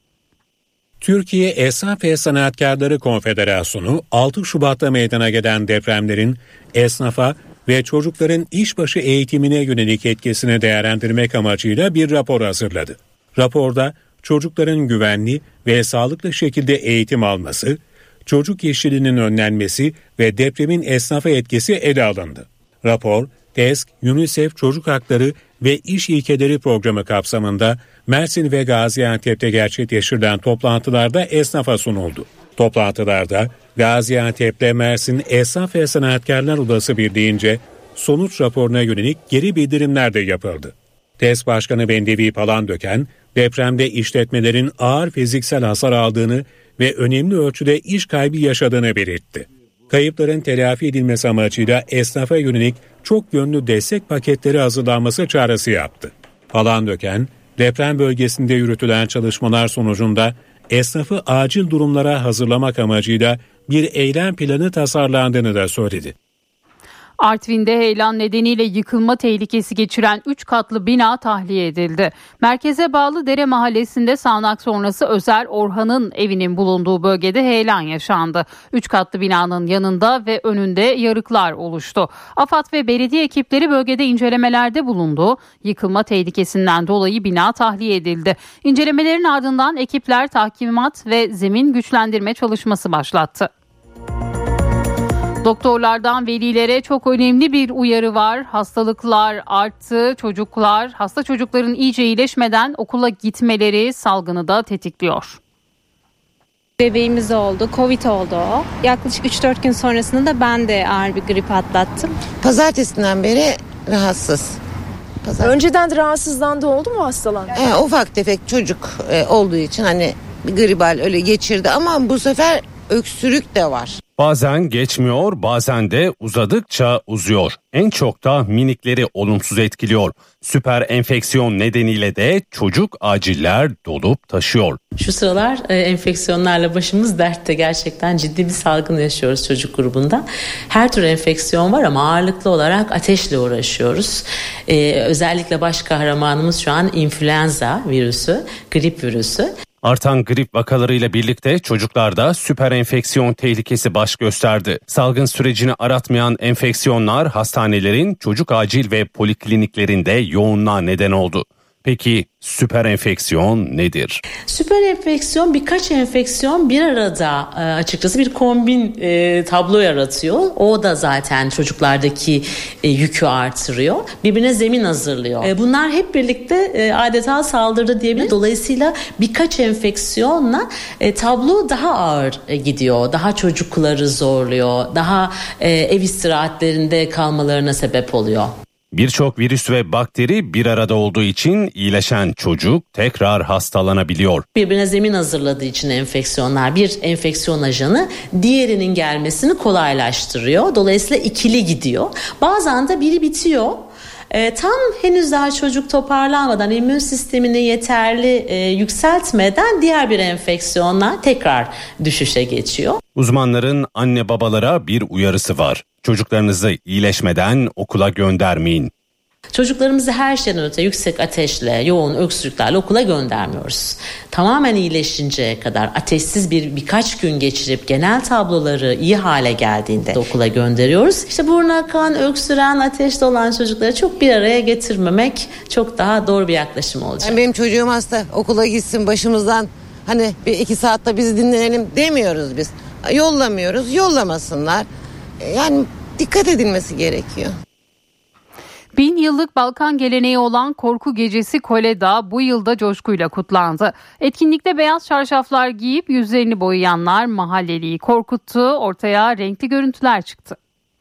Türkiye Esnaf ve Sanatkarları Konfederasyonu 6 Şubat'ta meydana gelen depremlerin esnafa ve çocukların işbaşı eğitimine yönelik etkisini değerlendirmek amacıyla bir rapor hazırladı. Raporda çocukların güvenli ve sağlıklı şekilde eğitim alması, çocuk işçiliğinin önlenmesi ve depremin esnafa etkisi ele alındı. Rapor, TESK, UNICEF Çocuk Hakları ve İş İlkeleri Programı kapsamında Mersin ve Gaziantep'te gerçekleştirilen toplantılarda esnafa sunuldu. Toplantılarda Gaziantep'te Mersin Esnaf ve Sanatkarlar Odası Birliği'nce sonuç raporuna yönelik geri bildirimler de yapıldı. TESK Başkanı Bendevi Palandöken, depremde işletmelerin ağır fiziksel hasar aldığını ve önemli ölçüde iş kaybı yaşadığını belirtti. Kayıpların telafi edilmesi amacıyla esnafa yönelik çok yönlü destek paketleri hazırlanması çağrısı yaptı. Palandöken, deprem bölgesinde yürütülen çalışmalar sonucunda esnafı acil durumlara hazırlamak amacıyla bir eylem planı tasarlandığını da söyledi. Artvin'de heyelan nedeniyle yıkılma tehlikesi geçiren 3 katlı bina tahliye edildi. Merkeze bağlı Dere Mahallesi'nde sağanak sonrası Özer Orhan'ın evinin bulunduğu bölgede heyelan yaşandı. 3 katlı binanın yanında ve önünde yarıklar oluştu. AFAD ve belediye ekipleri bölgede incelemelerde bulundu. Yıkılma tehlikesinden dolayı bina tahliye edildi. İncelemelerin ardından ekipler tahkimat ve zemin güçlendirme çalışması başlattı. Doktorlardan velilere çok önemli bir uyarı var. Hastalıklar arttı. Hasta çocukların iyice iyileşmeden okula gitmeleri salgını da tetikliyor. Bebeğimiz oldu, Covid oldu o. Yaklaşık 3-4 gün sonrasında da ben de ağır bir grip atlattım. Pazartesinden beri rahatsız. Önceden de rahatsızlandı, oldu mu hastalandı? Ufak tefek çocuk olduğu için hani gribal öyle geçirdi ama bu sefer öksürük de var. Bazen geçmiyor, bazen de uzadıkça uzuyor. En çok da minikleri olumsuz etkiliyor. Süper enfeksiyon nedeniyle de çocuk aciller dolup taşıyor. Şu sıralar enfeksiyonlarla başımız dertte, gerçekten ciddi bir salgın yaşıyoruz çocuk grubunda. Her tür enfeksiyon var ama ağırlıklı olarak ateşle uğraşıyoruz. Özellikle baş kahramanımız şu an influenza virüsü, grip virüsü. Artan grip vakalarıyla birlikte çocuklarda süper enfeksiyon tehlikesi baş gösterdi. Salgın sürecini aratmayan enfeksiyonlar hastanelerin çocuk acil ve polikliniklerinde yoğunluğa neden oldu. Peki süper enfeksiyon nedir? Süper enfeksiyon birkaç enfeksiyon bir arada açıkçası bir kombin tablo yaratıyor. O da zaten çocuklardaki yükü artırıyor. Birbirine zemin hazırlıyor. Bunlar hep birlikte adeta saldırı diyebiliriz. Dolayısıyla birkaç enfeksiyonla tablo daha ağır gidiyor. Daha çocukları zorluyor. Daha ev istirahatlerinde kalmalarına sebep oluyor. Birçok virüs ve bakteri bir arada olduğu için iyileşen çocuk tekrar hastalanabiliyor. Birbirine zemin hazırladığı için enfeksiyonlar, bir enfeksiyon ajanı diğerinin gelmesini kolaylaştırıyor. Dolayısıyla ikili gidiyor. Bazen de biri bitiyor. Tam henüz daha çocuk toparlanmadan, immün sistemini yeterli yükseltmeden diğer bir enfeksiyonla tekrar düşüşe geçiyor. Uzmanların anne babalara bir uyarısı var. Çocuklarınızı iyileşmeden okula göndermeyin. Çocuklarımızı her şeyden öte yüksek ateşle, yoğun öksürüklerle okula göndermiyoruz. Tamamen iyileşinceye kadar ateşsiz birkaç gün geçirip genel tabloları iyi hale geldiğinde okula gönderiyoruz. İşte burnu akan, öksüren, ateşli olan çocukları çok bir araya getirmemek çok daha doğru bir yaklaşım olacak. Yani benim çocuğum hasta, okula gitsin başımızdan, hani bir 2 saatte biz dinlenelim demiyoruz biz. Yollamıyoruz, yollamasınlar. Yani dikkat edilmesi gerekiyor. 1000 yıllık Balkan geleneği olan Korku Gecesi Koleda bu yılda coşkuyla kutlandı. Etkinlikte beyaz çarşaflar giyip yüzlerini boyayanlar mahalleliyi korkuttu. Ortaya renkli görüntüler çıktı.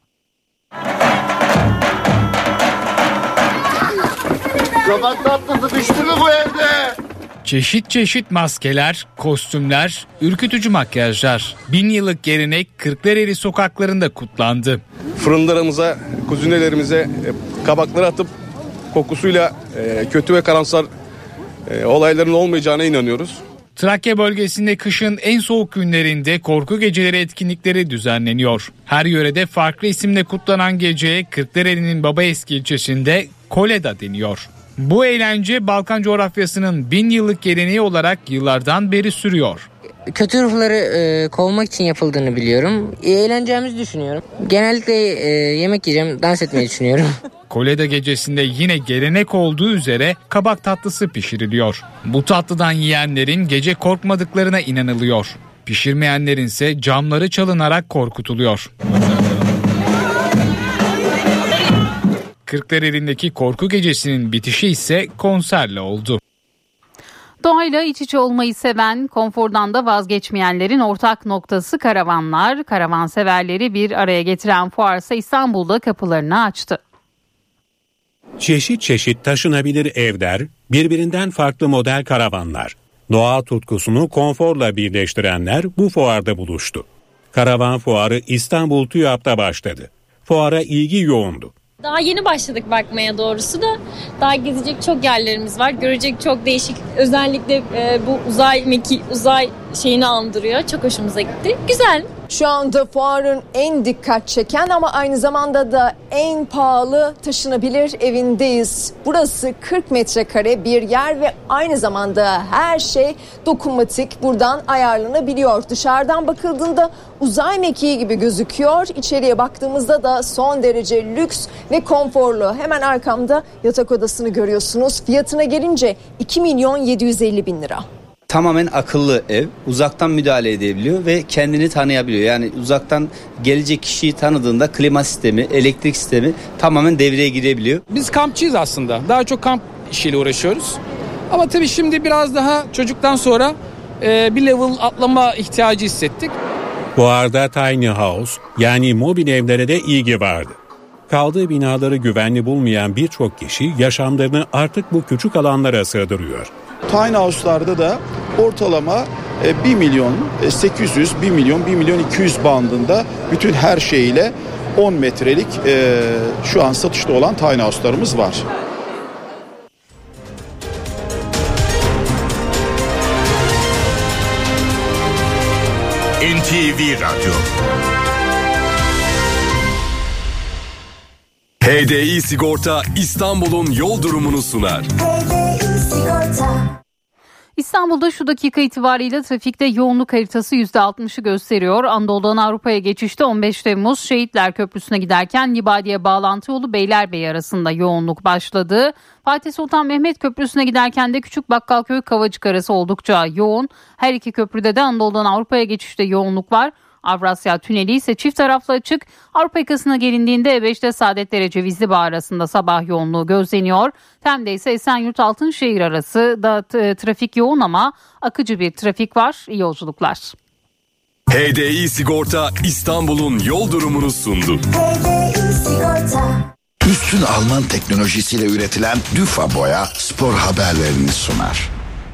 Kabak tatlısı düştü mü bu evde? Çeşit çeşit maskeler, kostümler, ürkütücü makyajlar. 1000 yıllık gelenek Kırklareli sokaklarında kutlandı. Fırınlarımıza, kuzinelerimize kabakları atıp kokusuyla kötü ve karamsar olayların olmayacağına inanıyoruz. Trakya bölgesinde kışın en soğuk günlerinde korku geceleri etkinlikleri düzenleniyor. Her yörede farklı isimle kutlanan geceye Kırklareli'nin Babaeski ilçesinde Koleda deniyor. Bu eğlence Balkan coğrafyasının 1000 yıllık geleneği olarak yıllardan beri sürüyor. Kötü ruhları kovmak için yapıldığını biliyorum. Eğleneceğimizi düşünüyorum. Genellikle yemek yiyeceğim, dans etmeyi düşünüyorum. Koleda gecesinde yine gelenek olduğu üzere kabak tatlısı pişiriliyor. Bu tatlıdan yiyenlerin gece korkmadıklarına inanılıyor. Pişirmeyenlerin ise camları çalınarak korkutuluyor. Kırklareli'ndeki korku gecesinin bitişi ise konserle oldu. Doğayla iç içe olmayı seven, konfordan da vazgeçmeyenlerin ortak noktası karavanlar. Karavanseverleri bir araya getiren fuarsa İstanbul'da kapılarını açtı. Çeşit çeşit taşınabilir evler, birbirinden farklı model karavanlar. Doğa tutkusunu konforla birleştirenler bu fuarda buluştu. Karavan fuarı İstanbul TÜYAP'ta başladı. Fuara ilgi yoğundu. Daha yeni başladık bakmaya doğrusu da. Daha gezecek çok yerlerimiz var. Görecek çok değişik. Özellikle bu uzay şeyini andırıyor. Çok hoşumuza gitti. Güzel. Şu anda fuarın en dikkat çeken ama aynı zamanda da en pahalı taşınabilir evindeyiz. Burası 40 metrekare bir yer ve aynı zamanda her şey dokunmatik, buradan ayarlanabiliyor. Dışarıdan bakıldığında uzay mekiği gibi gözüküyor. İçeriye baktığımızda da son derece lüks ve konforlu. Hemen arkamda yatak odasını görüyorsunuz. Fiyatına gelince 2.750.000 lira. Tamamen akıllı ev, uzaktan müdahale edebiliyor ve kendini tanıyabiliyor. Yani uzaktan gelecek kişiyi tanıdığında klima sistemi, elektrik sistemi tamamen devreye girebiliyor. Biz kampçıyız aslında. Daha çok kamp işiyle uğraşıyoruz. Ama tabii şimdi biraz daha çocuktan sonra bir level atlama ihtiyacı hissettik. Fuarda tiny house yani mobil evlere de ilgi vardı. Kaldığı binaları güvenli bulmayan birçok kişi yaşamlarını artık bu küçük alanlara sığdırıyor. Tiny house'larda da ortalama 1 milyon 800, 1 milyon, 1 milyon 200 bandında bütün her şeyiyle 10 metrelik şu an satışta olan tiny house'larımız var. NTV Radyo. HDI Sigorta İstanbul'un yol durumunu sunar. İstanbul'da şu dakika itibariyle trafikte yoğunluk haritası %60'ı gösteriyor. Anadolu'dan Avrupa'ya geçişte 15 Temmuz Şehitler Köprüsü'ne giderken Libadiye bağlantı yolu Beylerbeyi arasında yoğunluk başladı. Fatih Sultan Mehmet Köprüsü'ne giderken de Küçük Bakkalköy Kavacık arası oldukça yoğun. Her iki köprüde de Anadolu'dan Avrupa'ya geçişte yoğunluk var. Avrasya Tüneli ise çift taraflı açık. Avrupa yakasına gelindiğinde E5'te Saadetlere Cevizli Bağ arasında sabah yoğunluğu gözleniyor. Tem'de ise Esenyurt Altınşehir arası da trafik yoğun ama akıcı bir trafik var. İyi yolculuklar. HDI Sigorta İstanbul'un yol durumunu sundu. Üstün Alman teknolojisiyle üretilen Düfa Boya spor haberlerini sunar.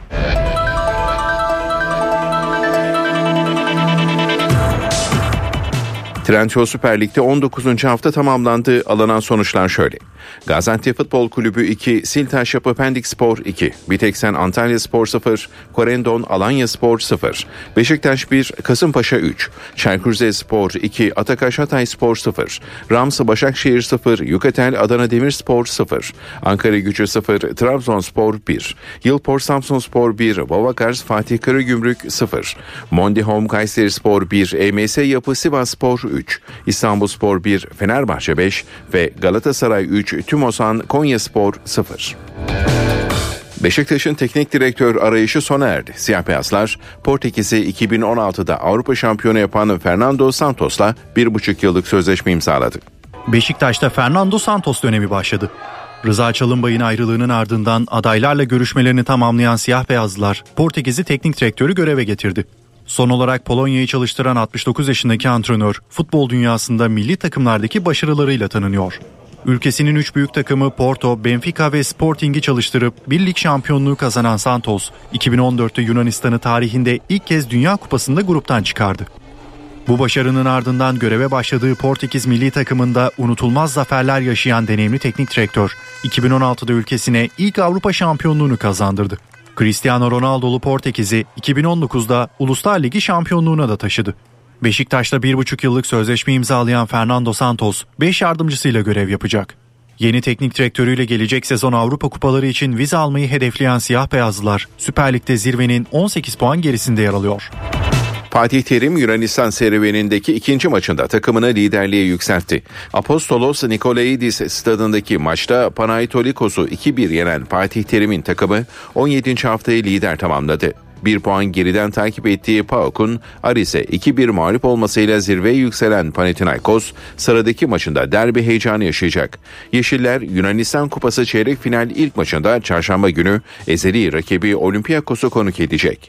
Trendyol Süper Lig'de 19. hafta tamamlandı. Alınan sonuçlar şöyle. Gaziantep Futbol Kulübü 2, Siltaş Yapı Pendik Spor 2, Biteksen Antalya Spor 0, Korendon Alanya Spor 0, Beşiktaş 1, Kasımpaşa 3, Çaykur Rizespor 2, Atakaş Hatay Spor 0, Rams Başakşehir 0, Yukatel Adana Demirspor 0, Ankara Gücü 0, Trabzonspor 1, Yılpor Samsunspor 1, Vavakars Fatih Karagümrük 0, Mondi Home Kayserispor 1, EMS Yapı Sivasspor 3, İstanbulspor 1, Fenerbahçe 5 ve Galatasaray 3, Tümosan Konyaspor 0. Beşiktaş'ın teknik direktör arayışı sona erdi. Siyah beyazlar Portekiz'i 2016'da Avrupa şampiyonu yapan Fernando Santos'la 1,5 yıllık sözleşme imzaladı. Beşiktaş'ta Fernando Santos dönemi başladı. Rıza Çalınbay'ın ayrılığının ardından adaylarla görüşmelerini tamamlayan siyah beyazlılar Portekiz'i teknik direktörü göreve getirdi. Son olarak Polonya'yı çalıştıran 69 yaşındaki antrenör futbol dünyasında milli takımlardaki başarılarıyla tanınıyor. Ülkesinin 3 büyük takımı Porto, Benfica ve Sporting'i çalıştırıp bir lig şampiyonluğu kazanan Santos, 2014'te Yunanistan'ı tarihinde ilk kez Dünya Kupası'nda gruptan çıkardı. Bu başarının ardından göreve başladığı Portekiz milli takımında unutulmaz zaferler yaşayan deneyimli teknik direktör, 2016'da ülkesine ilk Avrupa şampiyonluğunu kazandırdı. Cristiano Ronaldo'lu Portekiz'i 2019'da Uluslar Ligi şampiyonluğuna da taşıdı. Beşiktaş'ta 1,5 yıllık sözleşme imzalayan Fernando Santos 5 yardımcısıyla görev yapacak. Yeni teknik direktörüyle gelecek sezon Avrupa kupaları için vize almayı hedefleyen siyah beyazlılar Süper Lig'de zirvenin 18 puan gerisinde yer alıyor. Fatih Terim Yunanistan serüvenindeki ikinci maçında takımını liderliğe yükseltti. Apostolos Nikolaidis stadındaki maçta Panathinaikos'u 2-1 yenen Fatih Terim'in takımı 17. haftayı lider tamamladı. 1 puan geriden takip ettiği PAOK'un Aris'e 2-1 mağlup olmasıyla zirveye yükselen Panathinaikos sıradaki maçında derbi heyecanı yaşayacak. Yeşiller Yunanistan Kupası çeyrek final ilk maçında çarşamba günü ezeli rakibi Olympiakos'u konuk edecek.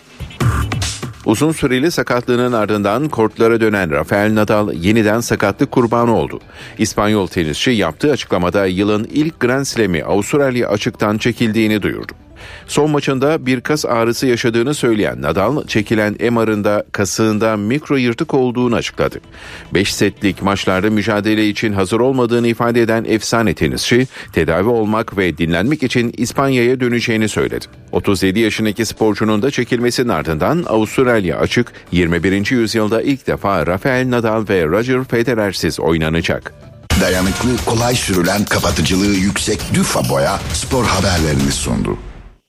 Uzun süreli sakatlığının ardından kortlara dönen Rafael Nadal yeniden sakatlık kurbanı oldu. İspanyol tenisçi yaptığı açıklamada yılın ilk Grand Slam'i Avustralya açıktan çekildiğini duyurdu. Son maçında bir kas ağrısı yaşadığını söyleyen Nadal, çekilen MR'ında kasığında mikro yırtık olduğunu açıkladı. 5 setlik maçlarda mücadele için hazır olmadığını ifade eden efsane tenisçi, tedavi olmak ve dinlenmek için İspanya'ya döneceğini söyledi. 37 yaşındaki sporcunun da çekilmesinin ardından Avustralya açık 21. yüzyılda ilk defa Rafael Nadal ve Roger Federer'siz oynanacak. Dayanıklı, kolay sürülen, kapatıcılığı yüksek Düfa Boya spor haberlerini sundu.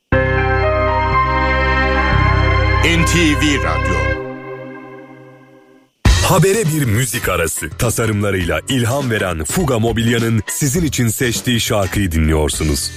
NTV Radyo. Habere bir müzik arası. Tasarımlarıyla ilham veren Fuga Mobilya'nın sizin için seçtiği şarkıyı dinliyorsunuz.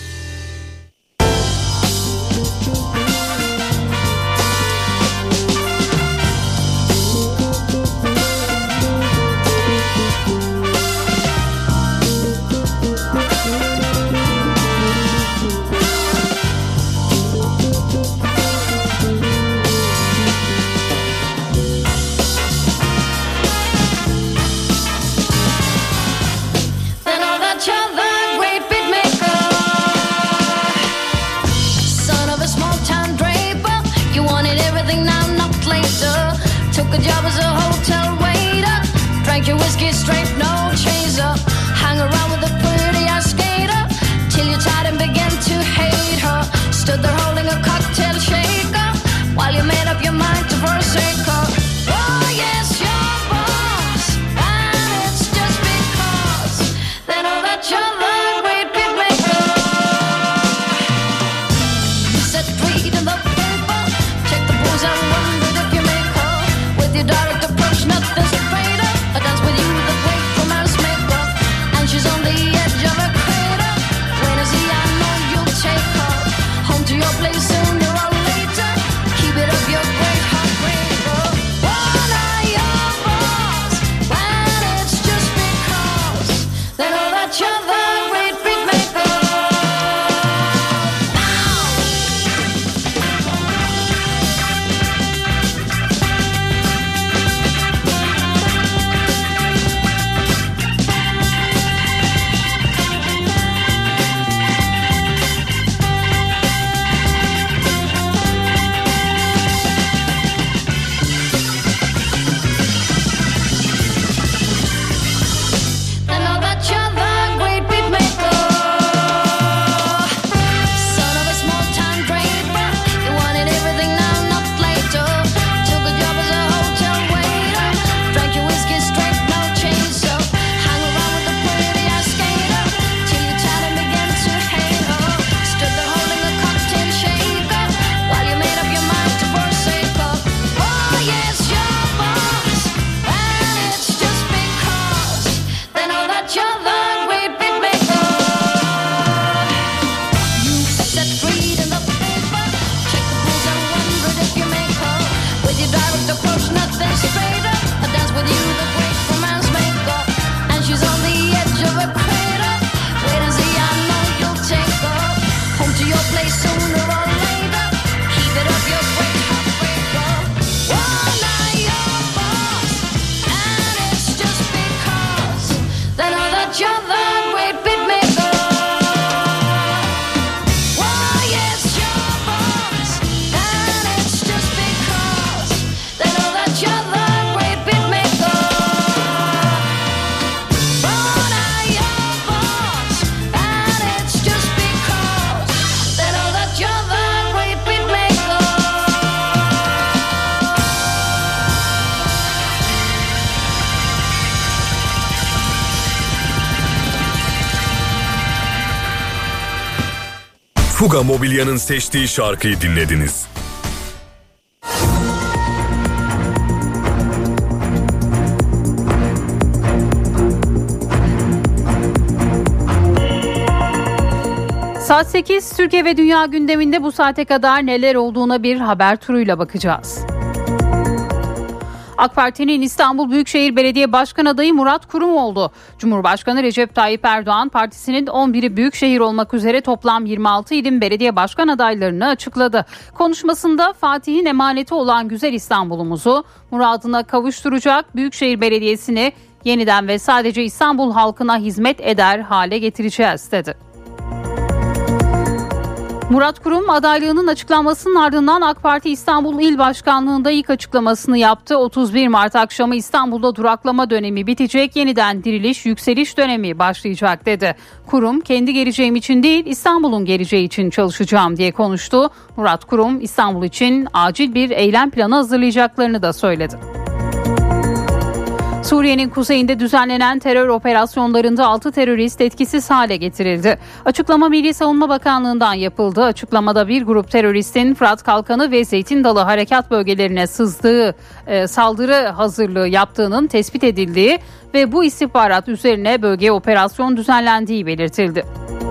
Took a job as a hotel waiter. Drank your whiskey straight, no chaser. Hang around with a pretty ass skater till you tired and began to hate her. Stood there holding a cocktail shaker while you made up your mind to forsake her. Oh yes, your boss, and it's just because they know that you're the great big maker. Set tweet in the paper, check the booze and wondered if you make her. With your direct approach, nothing's greater. A dance with you, the great romance maker, and she's on the edge of a crater. When I see, I know you'll take her home to your place sooner or later. Keep it up, your great heartbreaker. One eye your boss, and it's just because they know that you're the great big maker. They know that you're the great beat maker. Son of a small time draper, you wanted everything now, not later. Took a job as a hotel waiter. Drank your whiskey straight, no chaser. Hung around with a pretty ass skater till you tired and began to hate her. Stood there holding a cocktail shaker while you made up your mind to forsake her. Oh yes, your boss, and it's just because they know that you're the great big maker. You set greed in the paper, check the rules and wondered if you make her. With your direct approach, nothing straighter. A dance with you, the great romance maker, and she's on the edge of a crater. Wait and see, I know you'll take her home to your place sooner or later. Keep it up, your great heartbreaker. One eye your boss, and it's just because they know that you're the great big maker. Why, yes, your boss, and it's just because they know that you're the great big maker. One eye your boss, and it's just because they know that you're the great big maker. Fuga Mobilya'nın seçtiği şarkıyı dinlediniz. Saat 8 Türkiye ve Dünya gündeminde bu saate kadar neler olduğuna bir haber turuyla bakacağız. AK Parti'nin İstanbul Büyükşehir Belediye Başkan adayı Murat Kurum oldu. Cumhurbaşkanı Recep Tayyip Erdoğan partisinin 11'i büyükşehir olmak üzere toplam 26 ilin belediye başkan adaylarını açıkladı. Konuşmasında Fatih'in emaneti olan güzel İstanbul'umuzu muradına kavuşturacak Büyükşehir Belediyesi'ni yeniden ve sadece İstanbul halkına hizmet eder hale getireceğiz dedi. Murat Kurum adaylığının açıklanmasının ardından AK Parti İstanbul İl Başkanlığı'nda ilk açıklamasını yaptı. 31 Mart akşamı İstanbul'da duraklama dönemi bitecek, yeniden diriliş, yükseliş dönemi başlayacak dedi. Kurum, kendi geleceğim için değil İstanbul'un geleceği için çalışacağım diye konuştu. Murat Kurum, İstanbul için acil bir eylem planı hazırlayacaklarını da söyledi. Suriye'nin kuzeyinde düzenlenen terör operasyonlarında 6 terörist etkisiz hale getirildi. Açıklama Milli Savunma Bakanlığı'ndan yapıldı. Açıklamada bir grup teröristin Fırat Kalkanı ve Zeytin Dalı harekat bölgelerine sızdığı, saldırı hazırlığı yaptığının tespit edildiği ve bu istihbarat üzerine bölgeye operasyon düzenlendiği belirtildi.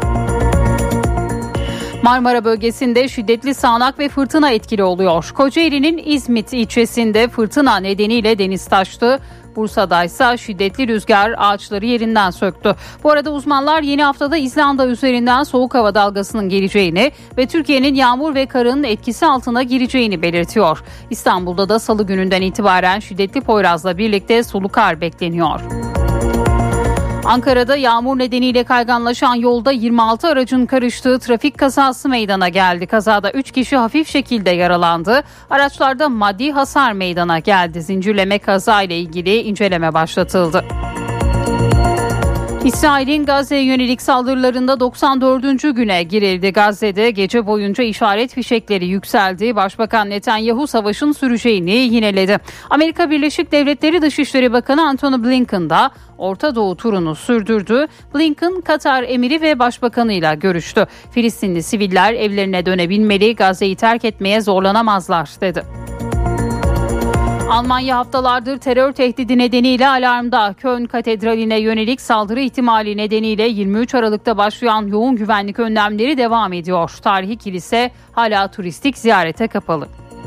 Marmara bölgesinde şiddetli sağanak ve fırtına etkili oluyor. Kocaeli'nin İzmit ilçesinde fırtına nedeniyle deniz taştı. Bursa'da ise şiddetli rüzgar ağaçları yerinden söktü. Bu arada uzmanlar yeni haftada İzlanda üzerinden soğuk hava dalgasının geleceğini ve Türkiye'nin yağmur ve karın etkisi altına gireceğini belirtiyor. İstanbul'da da salı gününden itibaren şiddetli Poyraz'la birlikte sulu kar bekleniyor. Ankara'da yağmur nedeniyle kayganlaşan yolda 26 aracın karıştığı trafik kazası meydana geldi. Kazada 3 kişi hafif şekilde yaralandı. Araçlarda maddi hasar meydana geldi. Zincirleme kaza ile ilgili inceleme başlatıldı. İsrail'in Gazze'ye yönelik saldırılarında 94. güne girildi. Gazze'de gece boyunca işaret fişekleri yükseldi. Başbakan Netanyahu savaşın süreceğini yineledi. Amerika Birleşik Devletleri Dışişleri Bakanı Antony Blinken da Orta Doğu turunu sürdürdü. Blinken, Katar emiri ve başbakanıyla görüştü. Filistinli siviller evlerine dönebilmeli, Gazze'yi terk etmeye zorlanamazlar dedi. Almanya haftalardır terör tehdidi nedeniyle alarmda. Köln Katedrali'ne yönelik saldırı ihtimali nedeniyle 23 Aralık'ta başlayan yoğun güvenlik önlemleri devam ediyor. Tarihi kilise hala turistik ziyarete kapalı.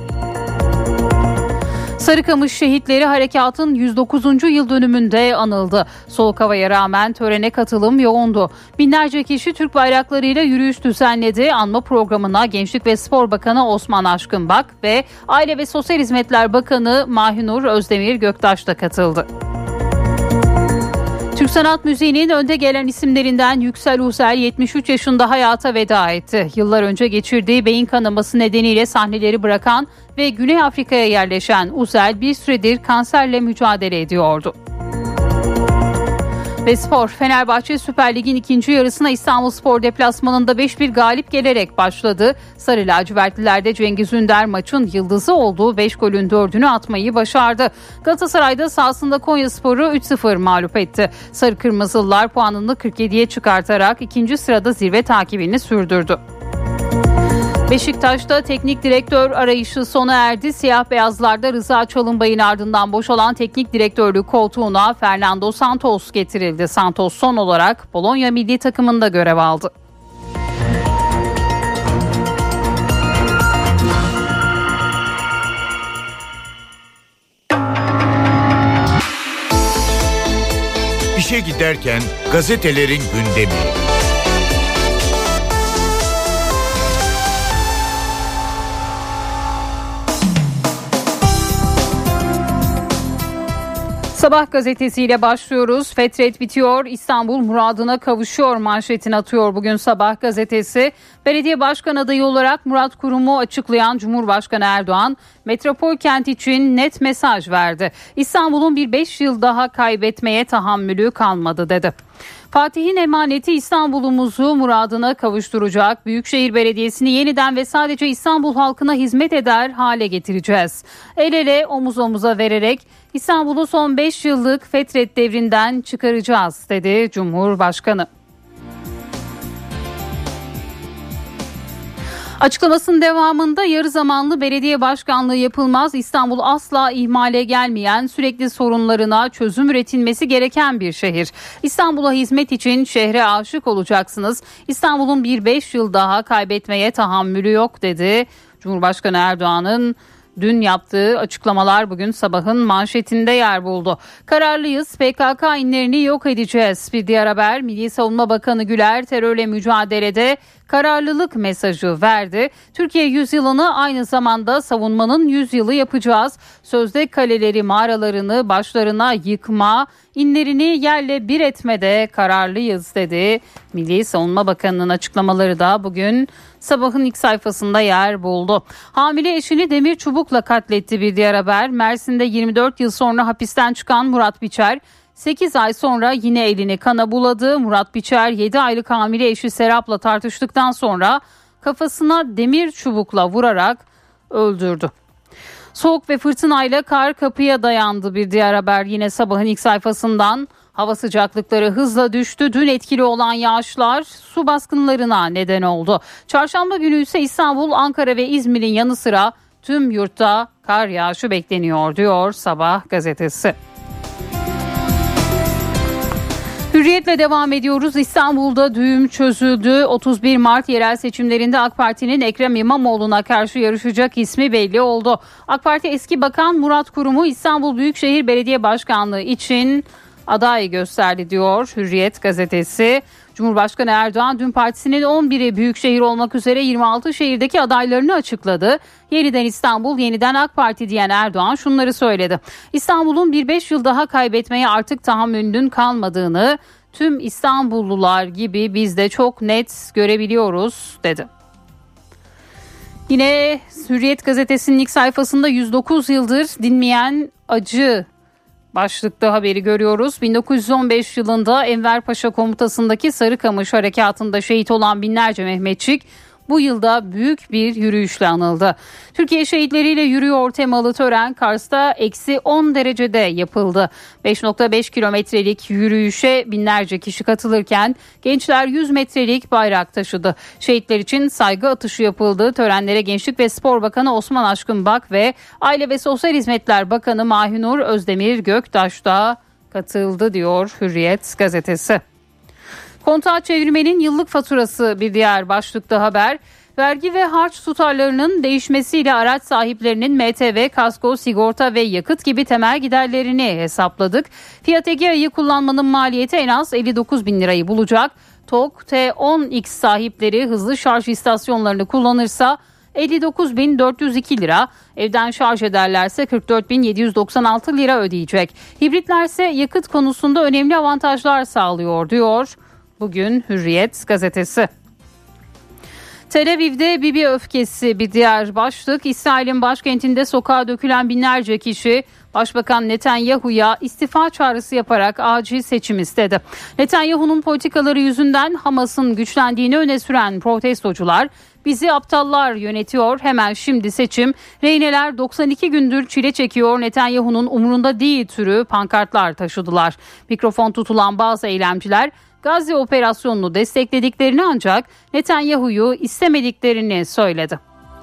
Sarıkamış Şehitleri Harekatı'nın 109. yıl dönümünde anıldı. Soğuk havaya rağmen törene katılım yoğundu. Binlerce kişi Türk bayraklarıyla yürüyüş düzenledi. Anma programına Gençlik ve Spor Bakanı Osman Aşkınbak ve Aile ve Sosyal Hizmetler Bakanı Mahinur Özdemir Göktaş da katıldı. Türk sanat müziğinin önde gelen isimlerinden Yüksel Uzel 73 yaşında hayata veda etti. Yıllar önce geçirdiği beyin kanaması nedeniyle sahneleri bırakan ve Güney Afrika'ya yerleşen Uzel bir süredir kanserle mücadele ediyordu. Ve spor, Fenerbahçe Süper Lig'in ikinci yarısına İstanbulspor deplasmanında 5-1 galip gelerek başladı. Sarı lacivertlilerde Cengiz Ünder maçın yıldızı olduğu 5 golün 4'ünü atmayı başardı. Galatasaray'da sahasında Konyaspor'u 3-0 mağlup etti. Sarı Kırmızılılar puanını 47'ye çıkartarak ikinci sırada zirve takibini sürdürdü. Beşiktaş'ta teknik direktör arayışı sona erdi. Siyah beyazlarda Rıza Çalınbay'ın ardından boşalan teknik direktörlük koltuğuna Fernando Santos getirildi. Santos son olarak Polonya milli takımında görev aldı. İşe giderken gazetelerin gündemi. Sabah gazetesiyle başlıyoruz. Fetret bitiyor, İstanbul muradına kavuşuyor manşetini atıyor bugün Sabah gazetesi. Belediye başkan adayı olarak Murat Kurum'u açıklayan Cumhurbaşkanı Erdoğan, metropol kent için net mesaj verdi. İstanbul'un bir 5 yıl daha kaybetmeye tahammülü kalmadı dedi. Fatih'in emaneti İstanbul'umuzu muradına kavuşturacak. Büyükşehir Belediyesi'ni yeniden ve sadece İstanbul halkına hizmet eder hale getireceğiz. El ele omuz omuza vererek İstanbul'u son 5 yıllık Fetret devrinden çıkaracağız dedi Cumhurbaşkanı. Açıklamasının devamında yarı zamanlı belediye başkanlığı yapılmaz, İstanbul asla ihmale gelmeyen, sürekli sorunlarına çözüm üretilmesi gereken bir şehir. İstanbul'a hizmet için şehre aşık olacaksınız. İstanbul'un bir 5 yıl daha kaybetmeye tahammülü yok dedi. Cumhurbaşkanı Erdoğan'ın dün yaptığı açıklamalar bugün Sabah'ın manşetinde yer buldu. Kararlıyız, PKK inlerini yok edeceğiz. Bir diğer haber, Milli Savunma Bakanı Güler terörle mücadelede kararlılık mesajı verdi. Türkiye yüzyılını aynı zamanda savunmanın yüzyılı yapacağız. Sözde kaleleri, mağaralarını başlarına yıkma, inlerini yerle bir etmede kararlıyız dedi. Milli Savunma Bakanı'nın açıklamaları da bugün Sabah'ın ilk sayfasında yer buldu. Hamile eşini demir çubukla katletti bir diğer haber. Mersin'de 24 yıl sonra hapisten çıkan Murat Biçer 8 ay sonra yine elini kana buladı. Murat Biçer 7 aylık hamile eşi Serap'la tartıştıktan sonra kafasına demir çubukla vurarak öldürdü. Soğuk ve fırtınayla kar kapıya dayandı bir diğer haber yine Sabah'ın ilk sayfasından. Hava sıcaklıkları hızla düştü. Dün etkili olan yağışlar su baskınlarına neden oldu. Çarşamba günü ise İstanbul, Ankara ve İzmir'in yanı sıra tüm yurtta kar yağışı bekleniyor diyor Sabah gazetesi. Hürriyetle devam ediyoruz. İstanbul'da düğüm çözüldü. 31 Mart yerel seçimlerinde AK Parti'nin Ekrem İmamoğlu'na karşı yarışacak ismi belli oldu. AK Parti eski bakan Murat Kurum'u İstanbul Büyükşehir Belediye Başkanlığı için aday gösterdi diyor Hürriyet gazetesi. Cumhurbaşkanı Erdoğan dün partisinin 11'i büyükşehir olmak üzere 26 şehirdeki adaylarını açıkladı. Yeniden İstanbul, yeniden AK Parti diyen Erdoğan şunları söyledi. İstanbul'un bir 5 yıl daha kaybetmeye artık tahammülünün kalmadığını tüm İstanbullular gibi biz de çok net görebiliyoruz dedi. Yine Hürriyet gazetesinin ilk sayfasında 109 yıldır dinmeyen acı başlıklı haberi görüyoruz. 1915 yılında Enver Paşa komutasındaki Sarıkamış harekatında şehit olan binlerce Mehmetçik bu yılda büyük bir yürüyüşle anıldı. Türkiye şehitleriyle yürüyor temalı tören Kars'ta -10 derecede yapıldı. 5.5 kilometrelik yürüyüşe binlerce kişi katılırken gençler 100 metrelik bayrak taşıdı. Şehitler için saygı atışı yapıldı. Törenlere Gençlik ve Spor Bakanı Osman Aşkın Bak ve Aile ve Sosyal Hizmetler Bakanı Mahinur Özdemir Göktaş da katıldı diyor Hürriyet gazetesi. Kontağı çevirmenin yıllık faturası bir diğer başlıkta haber. Vergi ve harç tutarlarının değişmesiyle araç sahiplerinin MTV, kasko, sigorta ve yakıt gibi temel giderlerini hesapladık. Fiyat Egea'yı kullanmanın maliyeti en az 59 bin lirayı bulacak. TOG T10X sahipleri hızlı şarj istasyonlarını kullanırsa 59.402 lira, evden şarj ederlerse 44.796 lira ödeyecek. Hibritlerse yakıt konusunda önemli avantajlar sağlıyor diyor bugün Hürriyet gazetesi. Tel Aviv'de Bibi öfkesi bir diğer başlık. İsrail'in başkentinde sokağa dökülen binlerce kişi Başbakan Netanyahu'ya istifa çağrısı yaparak acil seçim istedi. Netanyahu'nun politikaları yüzünden Hamas'ın güçlendiğini öne süren protestocular bizi aptallar yönetiyor, hemen şimdi seçim, rehineler 92 gündür çile çekiyor, Netanyahu'nun umurunda değil türü pankartlar taşıdılar. Mikrofon tutulan bazı eylemciler Gazze operasyonunu desteklediklerini ancak Netanyahu'yu istemediklerini söyledi.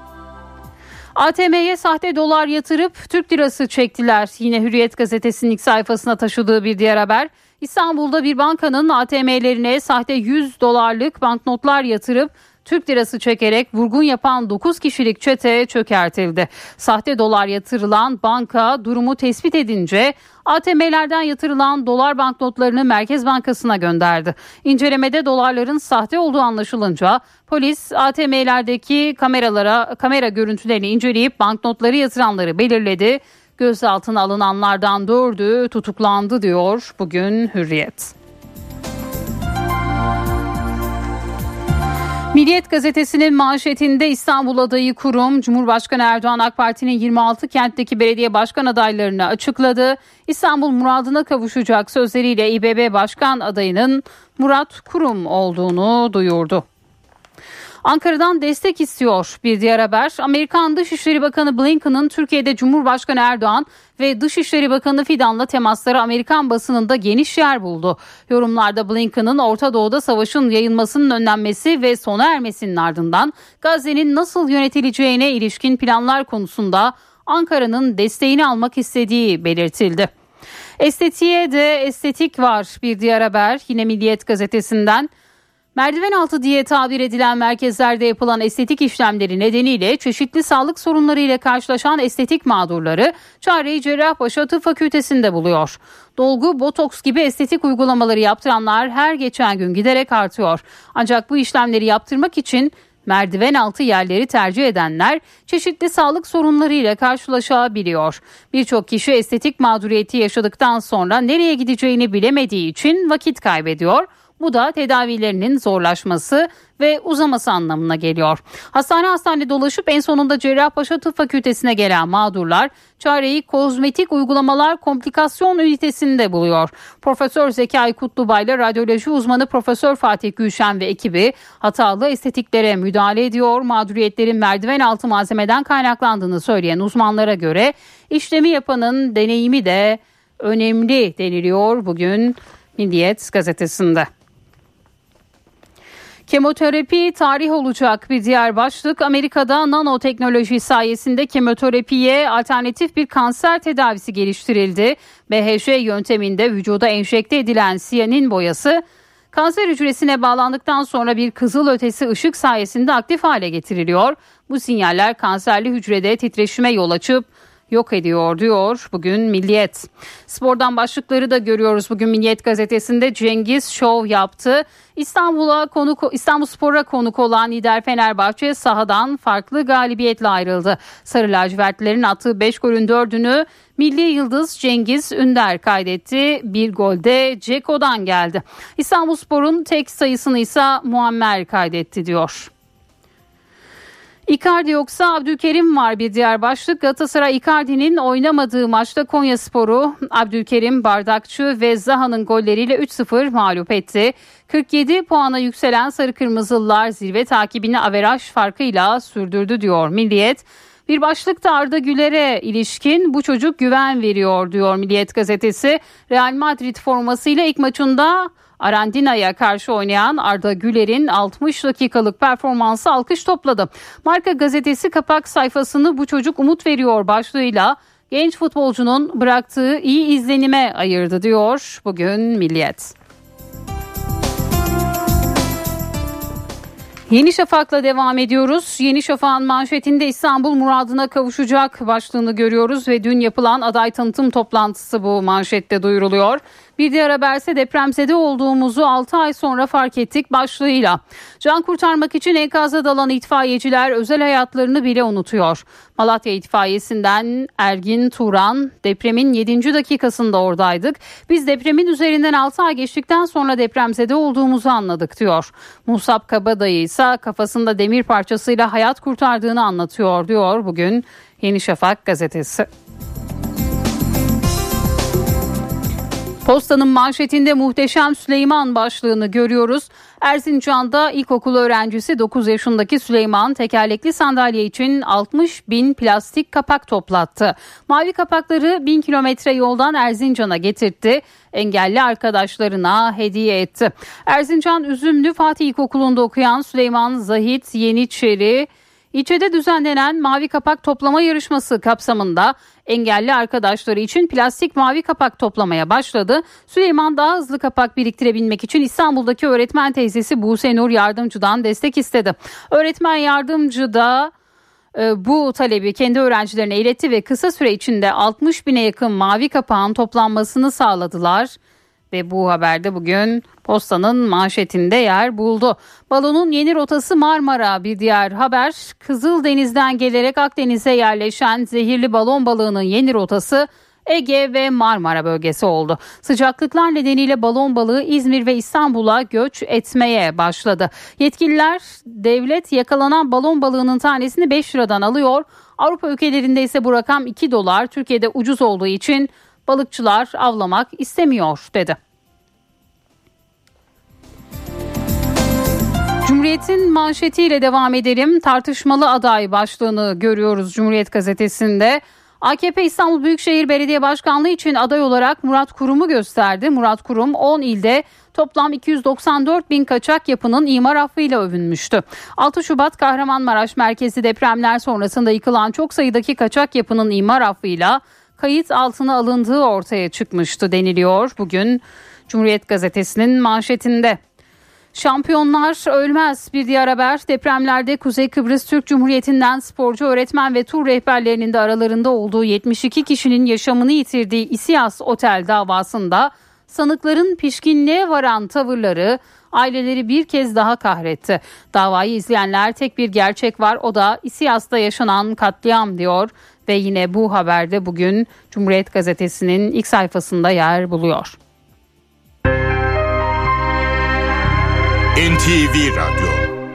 ATM'ye sahte dolar yatırıp Türk lirası çektiler. Yine Hürriyet gazetesinin ilk sayfasına taşıdığı bir diğer haber. İstanbul'da bir bankanın ATM'lerine sahte 100 dolarlık banknotlar yatırıp Türk lirası çekerek vurgun yapan 9 kişilik çete çökertildi. Sahte dolar yatırılan banka durumu tespit edince ATM'lerden yatırılan dolar banknotlarını Merkez Bankası'na gönderdi. İncelemede dolarların sahte olduğu anlaşılınca polis ATM'lerdeki kamera görüntülerini inceleyip banknotları yatıranları belirledi. Gözaltına alınanlardan 4'ü tutuklandı diyor bugün Hürriyet. Milliyet gazetesinin manşetinde İstanbul adayı kurum Cumhurbaşkanı Erdoğan AK Parti'nin 26 kentteki belediye başkan adaylarını açıkladı. İstanbul muradına kavuşacak sözleriyle İBB başkan adayının Murat Kurum olduğunu duyurdu. Ankara'dan destek istiyor bir diğer haber. Amerikan Dışişleri Bakanı Blinken'ın Türkiye'de Cumhurbaşkanı Erdoğan ve Dışişleri Bakanı Fidan'la temasları Amerikan basınında geniş yer buldu. Yorumlarda Blinken'ın Orta Doğu'da savaşın yayılmasının önlenmesi ve sona ermesinin ardından Gazze'nin nasıl yönetileceğine ilişkin planlar konusunda Ankara'nın desteğini almak istediği belirtildi. Estetiğe de estetik var bir diğer haber yine Milliyet gazetesinden. Merdiven altı diye tabir edilen merkezlerde yapılan estetik işlemleri nedeniyle çeşitli sağlık sorunlarıyla karşılaşan estetik mağdurları çareyi Cerrahpaşa Tıp Fakültesi'nde buluyor. Dolgu, botoks gibi estetik uygulamaları yaptıranlar her geçen gün giderek artıyor. Ancak bu işlemleri yaptırmak için merdiven altı yerleri tercih edenler çeşitli sağlık sorunlarıyla karşılaşabiliyor. Birçok kişi estetik mağduriyeti yaşadıktan sonra nereye gideceğini bilemediği için vakit kaybediyor. Bu da tedavilerinin zorlaşması ve uzaması anlamına geliyor. Hastane dolaşıp en sonunda Cerrahpaşa Tıp Fakültesi'ne gelen mağdurlar çareyi kozmetik uygulamalar komplikasyon ünitesinde buluyor. Profesör Zekai Kutlubay ile radyoloji uzmanı Profesör Fatih Gülşen ve ekibi hatalı estetiklere müdahale ediyor. Mağduriyetlerin merdiven altı malzemeden kaynaklandığını söyleyen uzmanlara göre işlemi yapanın deneyimi de önemli deniliyor bugün Milliyet gazetesinde. Kemoterapi tarih olacak bir diğer başlık. Amerika'da nanoteknoloji sayesinde kemoterapiye alternatif bir kanser tedavisi geliştirildi. BHŞ yönteminde vücuda enjekte edilen siyanin boyası kanser hücresine bağlandıktan sonra bir kızılötesi ışık sayesinde aktif hale getiriliyor. Bu sinyaller kanserli hücrede titreşime yol açıp yok ediyor diyor bugün Milliyet. Spordan başlıkları da görüyoruz. Bugün Milliyet gazetesinde Cengiz şov yaptı. İstanbulspor'a konuk olan lider Fenerbahçe sahadan farklı galibiyetle ayrıldı. Sarı lacivertlilerin attığı 5 golün 4'ünü milli yıldız Cengiz Ünder kaydetti. Bir gol de Ceko'dan geldi. İstanbulspor'un tek sayısını ise Muammer kaydetti diyor. Icardi yoksa Abdülkerim var bir diğer başlık. Galatasaray Icardi'nin oynamadığı maçta Konyaspor'u Abdülkerim, Bardakçı ve Zaha'nın golleriyle 3-0 mağlup etti. 47 puana yükselen Sarı Kırmızılılar zirve takibini averaj farkıyla sürdürdü diyor Milliyet. Bir başlıkta Arda Güler'e ilişkin bu çocuk güven veriyor diyor Milliyet gazetesi. Real Madrid formasıyla ilk maçında Arandina'ya karşı oynayan Arda Güler'in 60 dakikalık performansı alkış topladı. Marka gazetesi kapak sayfasını bu çocuk umut veriyor başlığıyla genç futbolcunun bıraktığı iyi izlenime ayırdı diyor bugün Milliyet. Yeni Şafak'la devam ediyoruz. Yeni Şafak'ın manşetinde İstanbul muradına kavuşacak başlığını görüyoruz ve dün yapılan aday tanıtım toplantısı bu manşette duyuruluyor. Bir diğer haberse depremzede olduğumuzu 6 ay sonra fark ettik başlığıyla. Can kurtarmak için enkaza dalan itfaiyeciler özel hayatlarını bile unutuyor. Malatya itfaiyesinden Ergin Turan, depremin 7. dakikasında oradaydık. Biz depremin üzerinden 6 ay geçtikten sonra depremzede olduğumuzu anladık diyor. Musab Kabadayı ise kafasında demir parçasıyla hayat kurtardığını anlatıyor diyor bugün Yeni Şafak gazetesi. Posta'nın manşetinde Muhteşem Süleyman başlığını görüyoruz. Erzincan'da ilkokul öğrencisi 9 yaşındaki Süleyman tekerlekli sandalye için 60.000 plastik kapak toplattı. Mavi kapakları 1000 kilometre yoldan Erzincan'a getirtti. Engelli arkadaşlarına hediye etti. Erzincan Üzümlü Fatih İlkokulu'nda okuyan Süleyman Zahit Yeniçeri, İlçede düzenlenen mavi kapak toplama yarışması kapsamında engelli arkadaşları için plastik mavi kapak toplamaya başladı. Süleyman daha hızlı kapak biriktirebilmek için İstanbul'daki öğretmen teyzesi Buse Nur Yardımcı'dan destek istedi. Öğretmen yardımcı da bu talebi kendi öğrencilerine iletti ve kısa süre içinde 60.000'e yakın mavi kapağın toplanmasını sağladılar. Ve bu haberde bugün Posta'nın manşetinde yer buldu. Balonun yeni rotası Marmara bir diğer haber. Kızıldeniz'den gelerek Akdeniz'e yerleşen zehirli balon balığının yeni rotası Ege ve Marmara bölgesi oldu. Sıcaklıklar nedeniyle balon balığı İzmir ve İstanbul'a göç etmeye başladı. Yetkililer devlet yakalanan balon balığının tanesini 5 liradan alıyor. Avrupa ülkelerinde ise bu rakam $2. Türkiye'de ucuz olduğu için balıkçılar avlamak istemiyor dedi. Cumhuriyet'in manşetiyle devam edelim. Tartışmalı aday başlığını görüyoruz Cumhuriyet gazetesinde. AKP İstanbul Büyükşehir Belediye Başkanlığı için aday olarak Murat Kurum'u gösterdi. Murat Kurum 10 ilde toplam 294.000 kaçak yapının imar affıyla övünmüştü. 6 Şubat Kahramanmaraş merkezi depremler sonrasında yıkılan çok sayıdaki kaçak yapının imar affıyla kayıt altına alındığı ortaya çıkmıştı deniliyor bugün Cumhuriyet gazetesinin manşetinde. Şampiyonlar ölmez bir diğer haber. Depremlerde Kuzey Kıbrıs Türk Cumhuriyeti'nden sporcu, öğretmen ve tur rehberlerinin de aralarında olduğu 72 kişinin yaşamını yitirdiği İSİAS Otel davasında sanıkların pişkinliğe varan tavırları aileleri bir kez daha kahretti. Davayı izleyenler tek bir gerçek var, o da İSİAS'ta yaşanan katliam diyor ve yine bu haberde bugün Cumhuriyet Gazetesi'nin ilk sayfasında yer buluyor. NTV Radyo.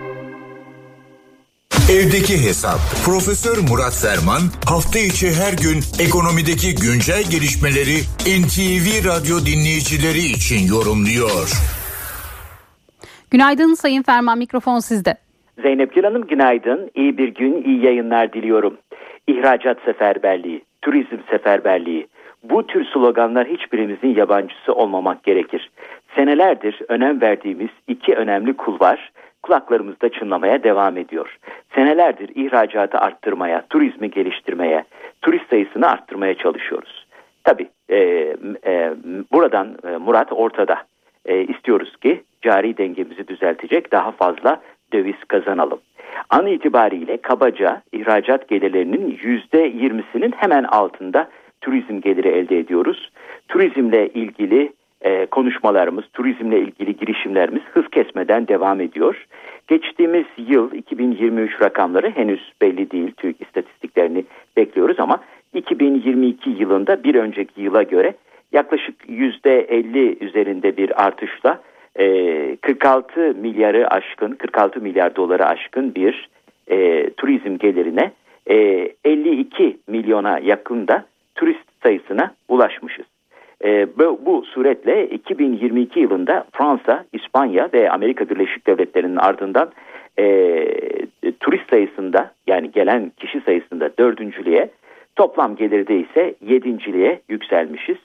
Evdeki Hesap. Profesör Murat Ferman hafta içi her gün ekonomideki güncel gelişmeleri NTV Radyo dinleyicileri için yorumluyor. Günaydın Sayın Ferman, mikrofon sizde. Zeynep Gül Hanım günaydın. İyi bir gün, iyi yayınlar diliyorum. İhracat seferberliği, turizm seferberliği. Bu tür sloganlar hiçbirimizin yabancısı olmamak gerekir. Senelerdir önem verdiğimiz iki önemli kulvar kulaklarımızda çınlamaya devam ediyor. Senelerdir ihracatı arttırmaya, turizmi geliştirmeye, turist sayısını arttırmaya çalışıyoruz. Tabii buradan murat ortada. İstiyoruz ki cari dengemizi düzeltecek daha fazla döviz kazanalım. An itibariyle kabaca ihracat gelirlerinin %20'sinin hemen altında turizm geliri elde ediyoruz. Turizmle ilgili konuşmalarımız, turizmle ilgili girişimlerimiz hız kesmeden devam ediyor. Geçtiğimiz yıl 2023 rakamları henüz belli değil. TÜİK istatistiklerini bekliyoruz ama 2022 yılında bir önceki yıla göre yaklaşık %50 üzerinde bir artışla 46 milyar doları aşkın bir turizm gelirine 52 milyona yakın da turist sayısına ulaşmışız. Bu suretle 2022 yılında Fransa, İspanya ve Amerika Birleşik Devletleri'nin ardından turist sayısında, yani gelen kişi sayısında 4.'lüğe, toplam gelirde ise 7.'liğe yükselmişiz.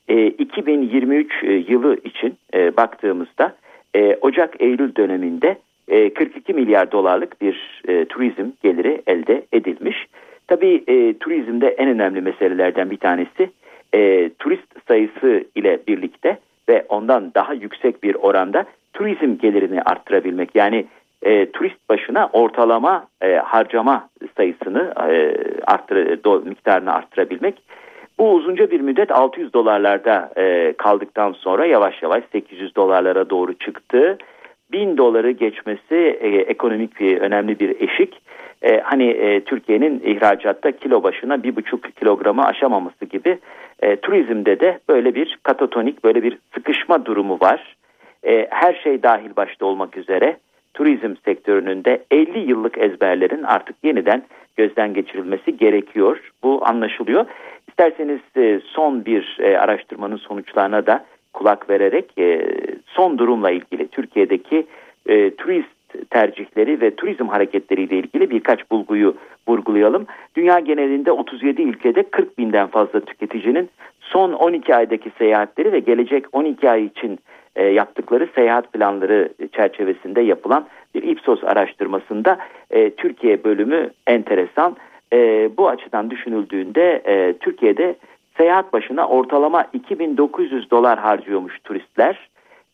2023 yılı için baktığımızda Ocak-Eylül döneminde 42 milyar dolarlık bir turizm geliri elde edilmiş. Tabii turizmde en önemli meselelerden bir tanesi turist sayısı ile birlikte ve ondan daha yüksek bir oranda turizm gelirini arttırabilmek. Yani turist başına ortalama harcama sayısını miktarını arttırabilmek. Bu uzunca bir müddet 600 dolarlarda kaldıktan sonra yavaş yavaş 800 dolarlara doğru çıktı. 1000 doları geçmesi ekonomik önemli bir eşik. Türkiye'nin ihracatta kilo başına 1,5 kilogramı aşamaması gibi turizmde de böyle bir katatonik, böyle bir sıkışma durumu var. Her şey dahil başta olmak üzere turizm sektörünün de 50 yıllık ezberlerin artık yeniden gözden geçirilmesi gerekiyor. Bu anlaşılıyor. İsterseniz son bir araştırmanın sonuçlarına da kulak vererek son durumla ilgili Türkiye'deki turist tercihleri ve turizm hareketleriyle ilgili birkaç bulguyu vurgulayalım. Dünya genelinde 37 ülkede 40 binden fazla tüketicinin son 12 aydaki seyahatleri ve gelecek 12 ay için yaptıkları seyahat planları çerçevesinde yapılan bir Ipsos araştırmasında Türkiye bölümü enteresan. Bu açıdan düşünüldüğünde Türkiye'de seyahat başına ortalama 2.900 dolar harcıyormuş turistler.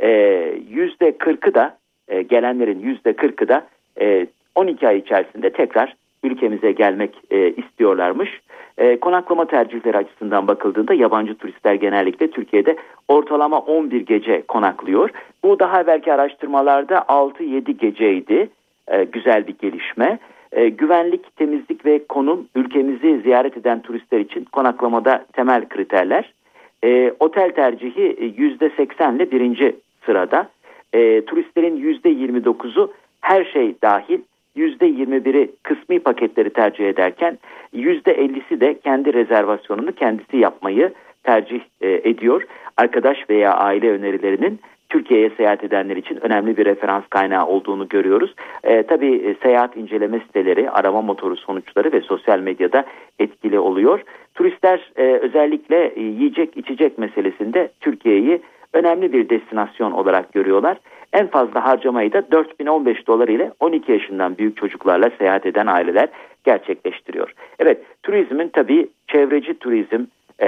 %40'ı da gelenlerin %40'ı da 12 ay içerisinde tekrar ülkemize gelmek istiyorlarmış. Konaklama tercihleri açısından bakıldığında yabancı turistler genellikle Türkiye'de ortalama 11 gece konaklıyor. Bu daha evvelki araştırmalarda 6-7 geceydi. Güzel bir gelişme. Güvenlik, temizlik ve konum ülkemizi ziyaret eden turistler için konaklamada temel kriterler. Otel tercihi %80 ile birinci sırada. Turistlerin %29'u her şey dahil, %21'i kısmi paketleri tercih ederken %50'si de kendi rezervasyonunu kendisi yapmayı tercih ediyor. Arkadaş veya aile önerilerinin Türkiye'ye seyahat edenler için önemli bir referans kaynağı olduğunu görüyoruz. Tabii seyahat inceleme siteleri, arama motoru sonuçları ve sosyal medyada etkili oluyor. Turistler özellikle yiyecek içecek meselesinde Türkiye'yi önemli bir destinasyon olarak görüyorlar. En fazla harcamayı da 4.015 dolar ile 12 yaşından büyük çocuklarla seyahat eden aileler gerçekleştiriyor. Evet, turizmin tabii çevreci turizm,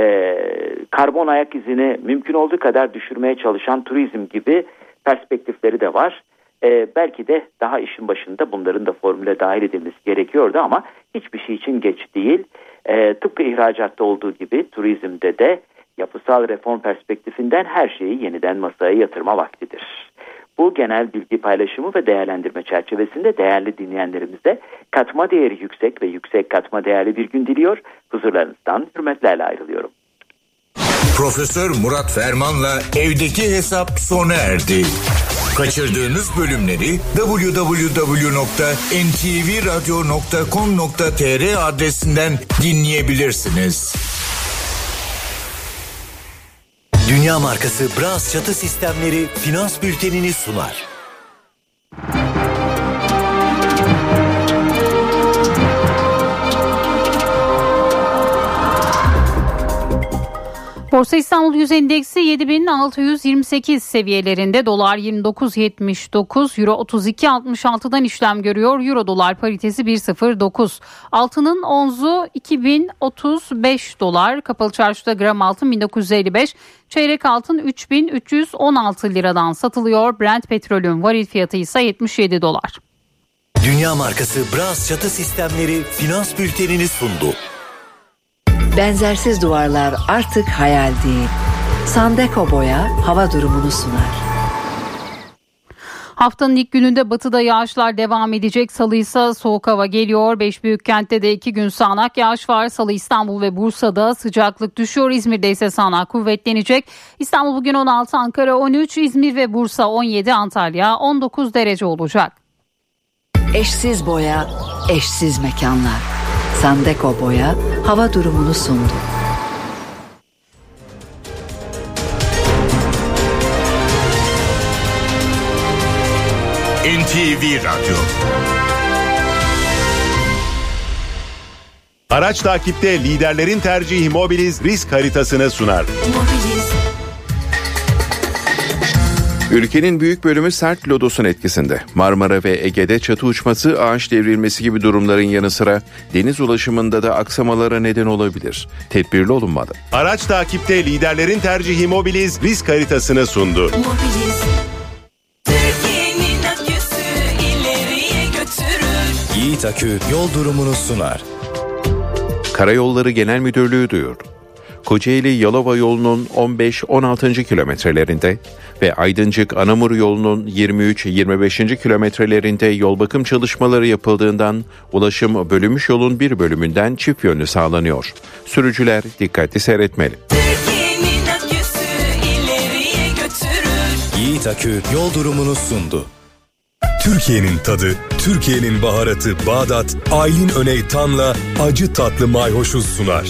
karbon ayak izini mümkün olduğu kadar düşürmeye çalışan turizm gibi perspektifleri de var. Belki de daha işin başında bunların da formüle dahil edilmesi gerekiyordu ama hiçbir şey için geç değil. Tıpkı ihracatta olduğu gibi turizmde de yapısal reform perspektifinden her şeyi yeniden masaya yatırma vaktidir. Bu genel bilgi paylaşımı ve değerlendirme çerçevesinde değerli dinleyenlerimize katma değeri yüksek ve yüksek katma değerli bir gün diliyor. Huzurlarınızdan hürmetlerle ayrılıyorum. Profesör Murat Ferman'la evdeki hesap sona erdi. Kaçırdığınız bölümleri www.ntvradio.com.tr adresinden dinleyebilirsiniz. Dünya markası Bras Çatı Sistemleri finans bültenini sunar. Borsa İstanbul Yüz Endeksi 7628 seviyelerinde, dolar 29.79, euro 32.66'dan işlem görüyor. Euro dolar paritesi 1.09. Altının onzu 2035 dolar. Kapalı çarşıda gram altın 1955, çeyrek altın 3316 liradan satılıyor. Brent petrolün varil fiyatı ise 77 dolar. Dünya markası Bras Çatı Sistemleri finans bültenini sundu. Benzersiz duvarlar artık hayal değil. Sandeko Boya hava durumunu sunar. Haftanın ilk gününde batıda yağışlar devam edecek. Salı ise soğuk hava geliyor. 5 büyük kentte de 2 gün sağanak yağış var. Salı İstanbul ve Bursa'da sıcaklık düşüyor. İzmir'de ise sağanak kuvvetlenecek. İstanbul bugün 16, Ankara 13, İzmir ve Bursa 17, Antalya 19 derece olacak. Eşsiz boya, eşsiz mekanlar. Sandeko Boya hava durumunu sundu. NTV Radyo. Araç takipte liderlerin tercihi Mobiliz risk haritasını sunar. Ülkenin büyük bölümü sert lodosun etkisinde. Marmara ve Ege'de çatı uçması, ağaç devrilmesi gibi durumların yanı sıra deniz ulaşımında da aksamalara neden olabilir. Tedbirli olunmalı. Araç takipte liderlerin tercihi Mobiliz risk haritasını sundu. Mobiliz. Türkiye'nin aküsü ileriye götürür. Yiğit Akü yol durumunu sunar. Karayolları Genel Müdürlüğü duyurdu. Kocaeli-Yalova yolunun 15-16. kilometrelerinde ve Aydıncık-Anamur yolunun 23-25. kilometrelerinde yol bakım çalışmaları yapıldığından ulaşım bölünmüş yolun bir bölümünden çift yönlü sağlanıyor. Sürücüler dikkatli seyretmeli. Türkiye'nin aküsü ileriye götürür. Yiğit Akü yol durumunu sundu. Türkiye'nin tadı, Türkiye'nin baharatı Bağdat, Aylin Öney Tan'la acı tatlı mayhoşuz sunar.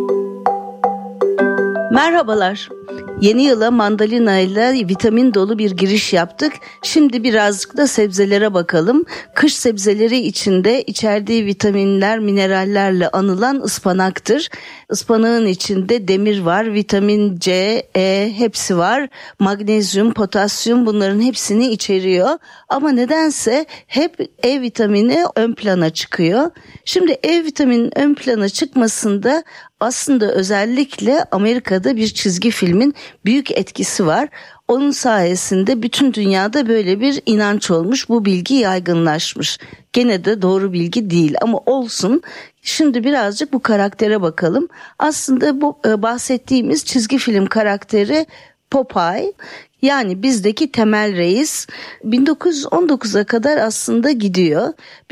Merhabalar. Yeni yıla mandalina ile vitamin dolu bir giriş yaptık. Şimdi birazcık da sebzelere bakalım. Kış sebzeleri içinde içerdiği vitaminler, minerallerle anılan ıspanaktır. Ispanağın içinde demir var, vitamin C, E hepsi var. Magnezyum, potasyum bunların hepsini içeriyor. Ama nedense hep E vitamini ön plana çıkıyor. Şimdi E vitaminin ön plana çıkmasında aslında özellikle Amerika'da bir çizgi filmin büyük etkisi var. Onun sayesinde bütün dünyada böyle bir inanç olmuş, bu bilgi yaygınlaşmış. Gene de doğru bilgi değil ama olsun. Şimdi birazcık bu karaktere bakalım. Aslında bu bahsettiğimiz çizgi film karakteri Popeye. Yani bizdeki Temel Reis 1919'a kadar aslında gidiyor.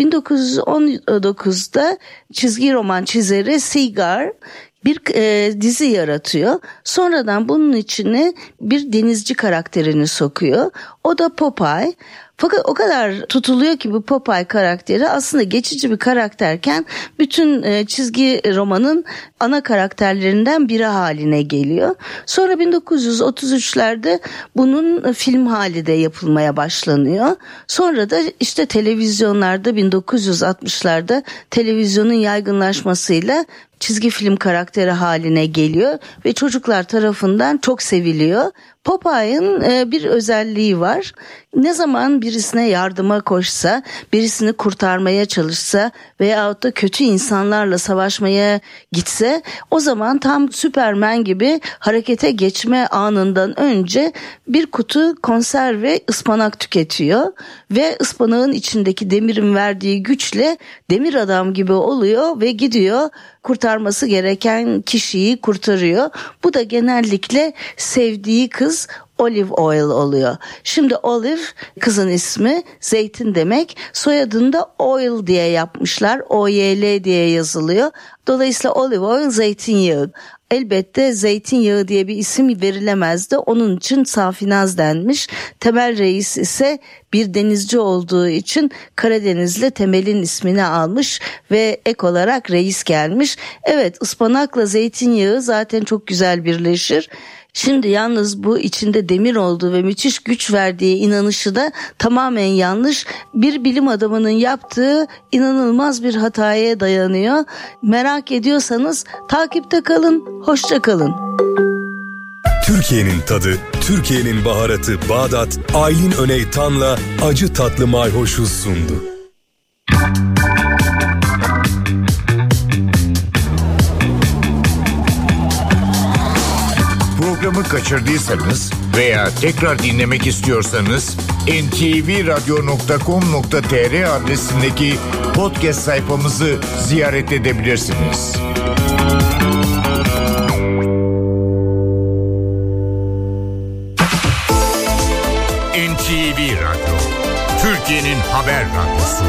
1919'da çizgi roman çizeri Seagar bir dizi yaratıyor. Sonradan bunun içine bir denizci karakterini sokuyor. O da Popeye. Fakat o kadar tutuluyor ki bu Popeye karakteri aslında geçici bir karakterken bütün çizgi romanın ana karakterlerinden biri haline geliyor. Sonra 1933'lerde bunun film hali de yapılmaya başlanıyor. Sonra da işte televizyonlarda 1960'larda televizyonun yaygınlaşmasıyla çizgi film karakteri haline geliyor ve çocuklar tarafından çok seviliyor. Popeye'ın bir özelliği var. Ne zaman birisine yardıma koşsa, birisini kurtarmaya çalışsa veyahut da kötü insanlarla savaşmaya gitse, o zaman tam Süpermen gibi harekete geçme anından önce bir kutu konserve ıspanak tüketiyor ve ıspanağın içindeki demirin verdiği güçle demir adam gibi oluyor ve gidiyor kurtarması gereken kişiyi kurtarıyor. Bu da genellikle sevdiği kız Olive Oil oluyor. Şimdi Olive kızın ismi, zeytin demek. Soyadını da Oil diye yapmışlar. O-Y-L diye yazılıyor. Dolayısıyla Olive Oil zeytinyağı. Elbette zeytinyağı diye bir isim verilemezdi. Onun için Safinaz denmiş. Temel Reis ise bir denizci olduğu için Karadenizli Temel'in ismini almış ve ek olarak reis gelmiş. Evet, ıspanakla zeytinyağı zaten çok güzel birleşir. Şimdi yalnız bu içinde demir olduğu ve müthiş güç verdiği inanışı da tamamen yanlış. Bir bilim adamının yaptığı inanılmaz bir hataya dayanıyor. Merak ediyorsanız takipte kalın, hoşça kalın. Türkiye'nin tadı, Türkiye'nin baharatı Bağdat, Aylin Öney Tan'la acı tatlı mayhoşuz sundu. Programı kaçırdıysanız veya tekrar dinlemek istiyorsanız ntvradio.com.tr adresindeki podcast sayfamızı ziyaret edebilirsiniz. NTV Radyo, Türkiye'nin haber radyosu.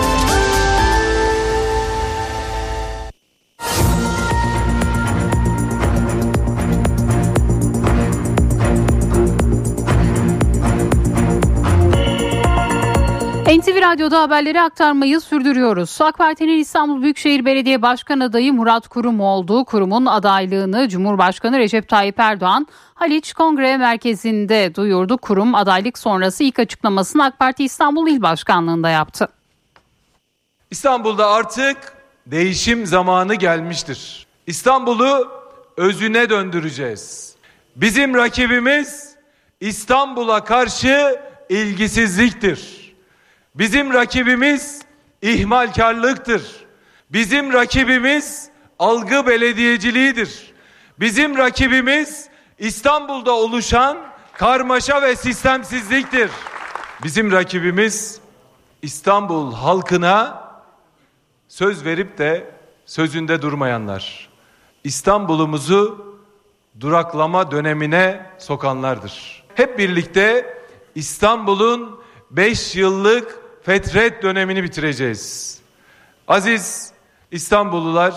NTV Radyo'da haberleri aktarmayı sürdürüyoruz. AK Parti'nin İstanbul Büyükşehir Belediye Başkan adayı Murat Kurum oldu. Kurum'un adaylığını Cumhurbaşkanı Recep Tayyip Erdoğan Haliç Kongre Merkezi'nde duyurdu. Kurum adaylık sonrası ilk açıklamasını AK Parti İstanbul İl Başkanlığı'nda yaptı. İstanbul'da artık değişim zamanı gelmiştir. İstanbul'u özüne döndüreceğiz. Bizim rakibimiz İstanbul'a karşı ilgisizliktir. Bizim rakibimiz ihmalkarlıktır. Bizim rakibimiz algı belediyeciliğidir. Bizim rakibimiz İstanbul'da oluşan karmaşa ve sistemsizliktir. Bizim rakibimiz İstanbul halkına söz verip de sözünde durmayanlar. İstanbul'umuzu duraklama dönemine sokanlardır. Hep birlikte İstanbul'un 5 yıllık fetret dönemini bitireceğiz. Aziz İstanbullular,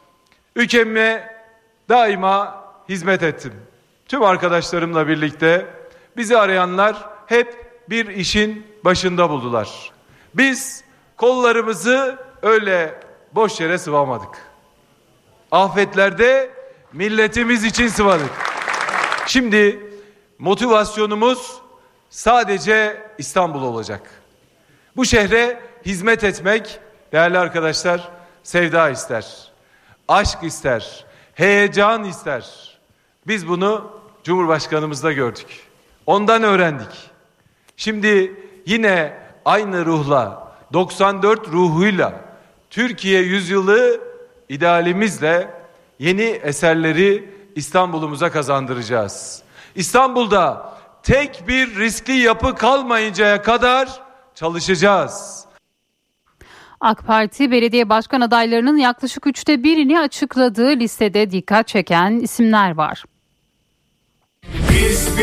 ülkeme daima hizmet ettim. Tüm arkadaşlarımla birlikte bizi arayanlar hep bir işin başında buldular. Biz kollarımızı öyle boş yere sıvamadık. Afetlerde milletimiz için sıvadık. Şimdi motivasyonumuz sadece İstanbul olacak. Bu şehre hizmet etmek değerli arkadaşlar sevda ister, aşk ister, heyecan ister. Biz bunu Cumhurbaşkanımızda gördük. Ondan öğrendik. Şimdi yine aynı ruhla, 94 ruhuyla, Türkiye yüzyılı idealimizle yeni eserleri İstanbul'umuza kazandıracağız. İstanbul'da tek bir riskli yapı kalmayıncaya kadar çalışacağız. AK Parti belediye başkan adaylarının yaklaşık 1/3'ünü açıkladığı listede dikkat çeken isimler var. Biz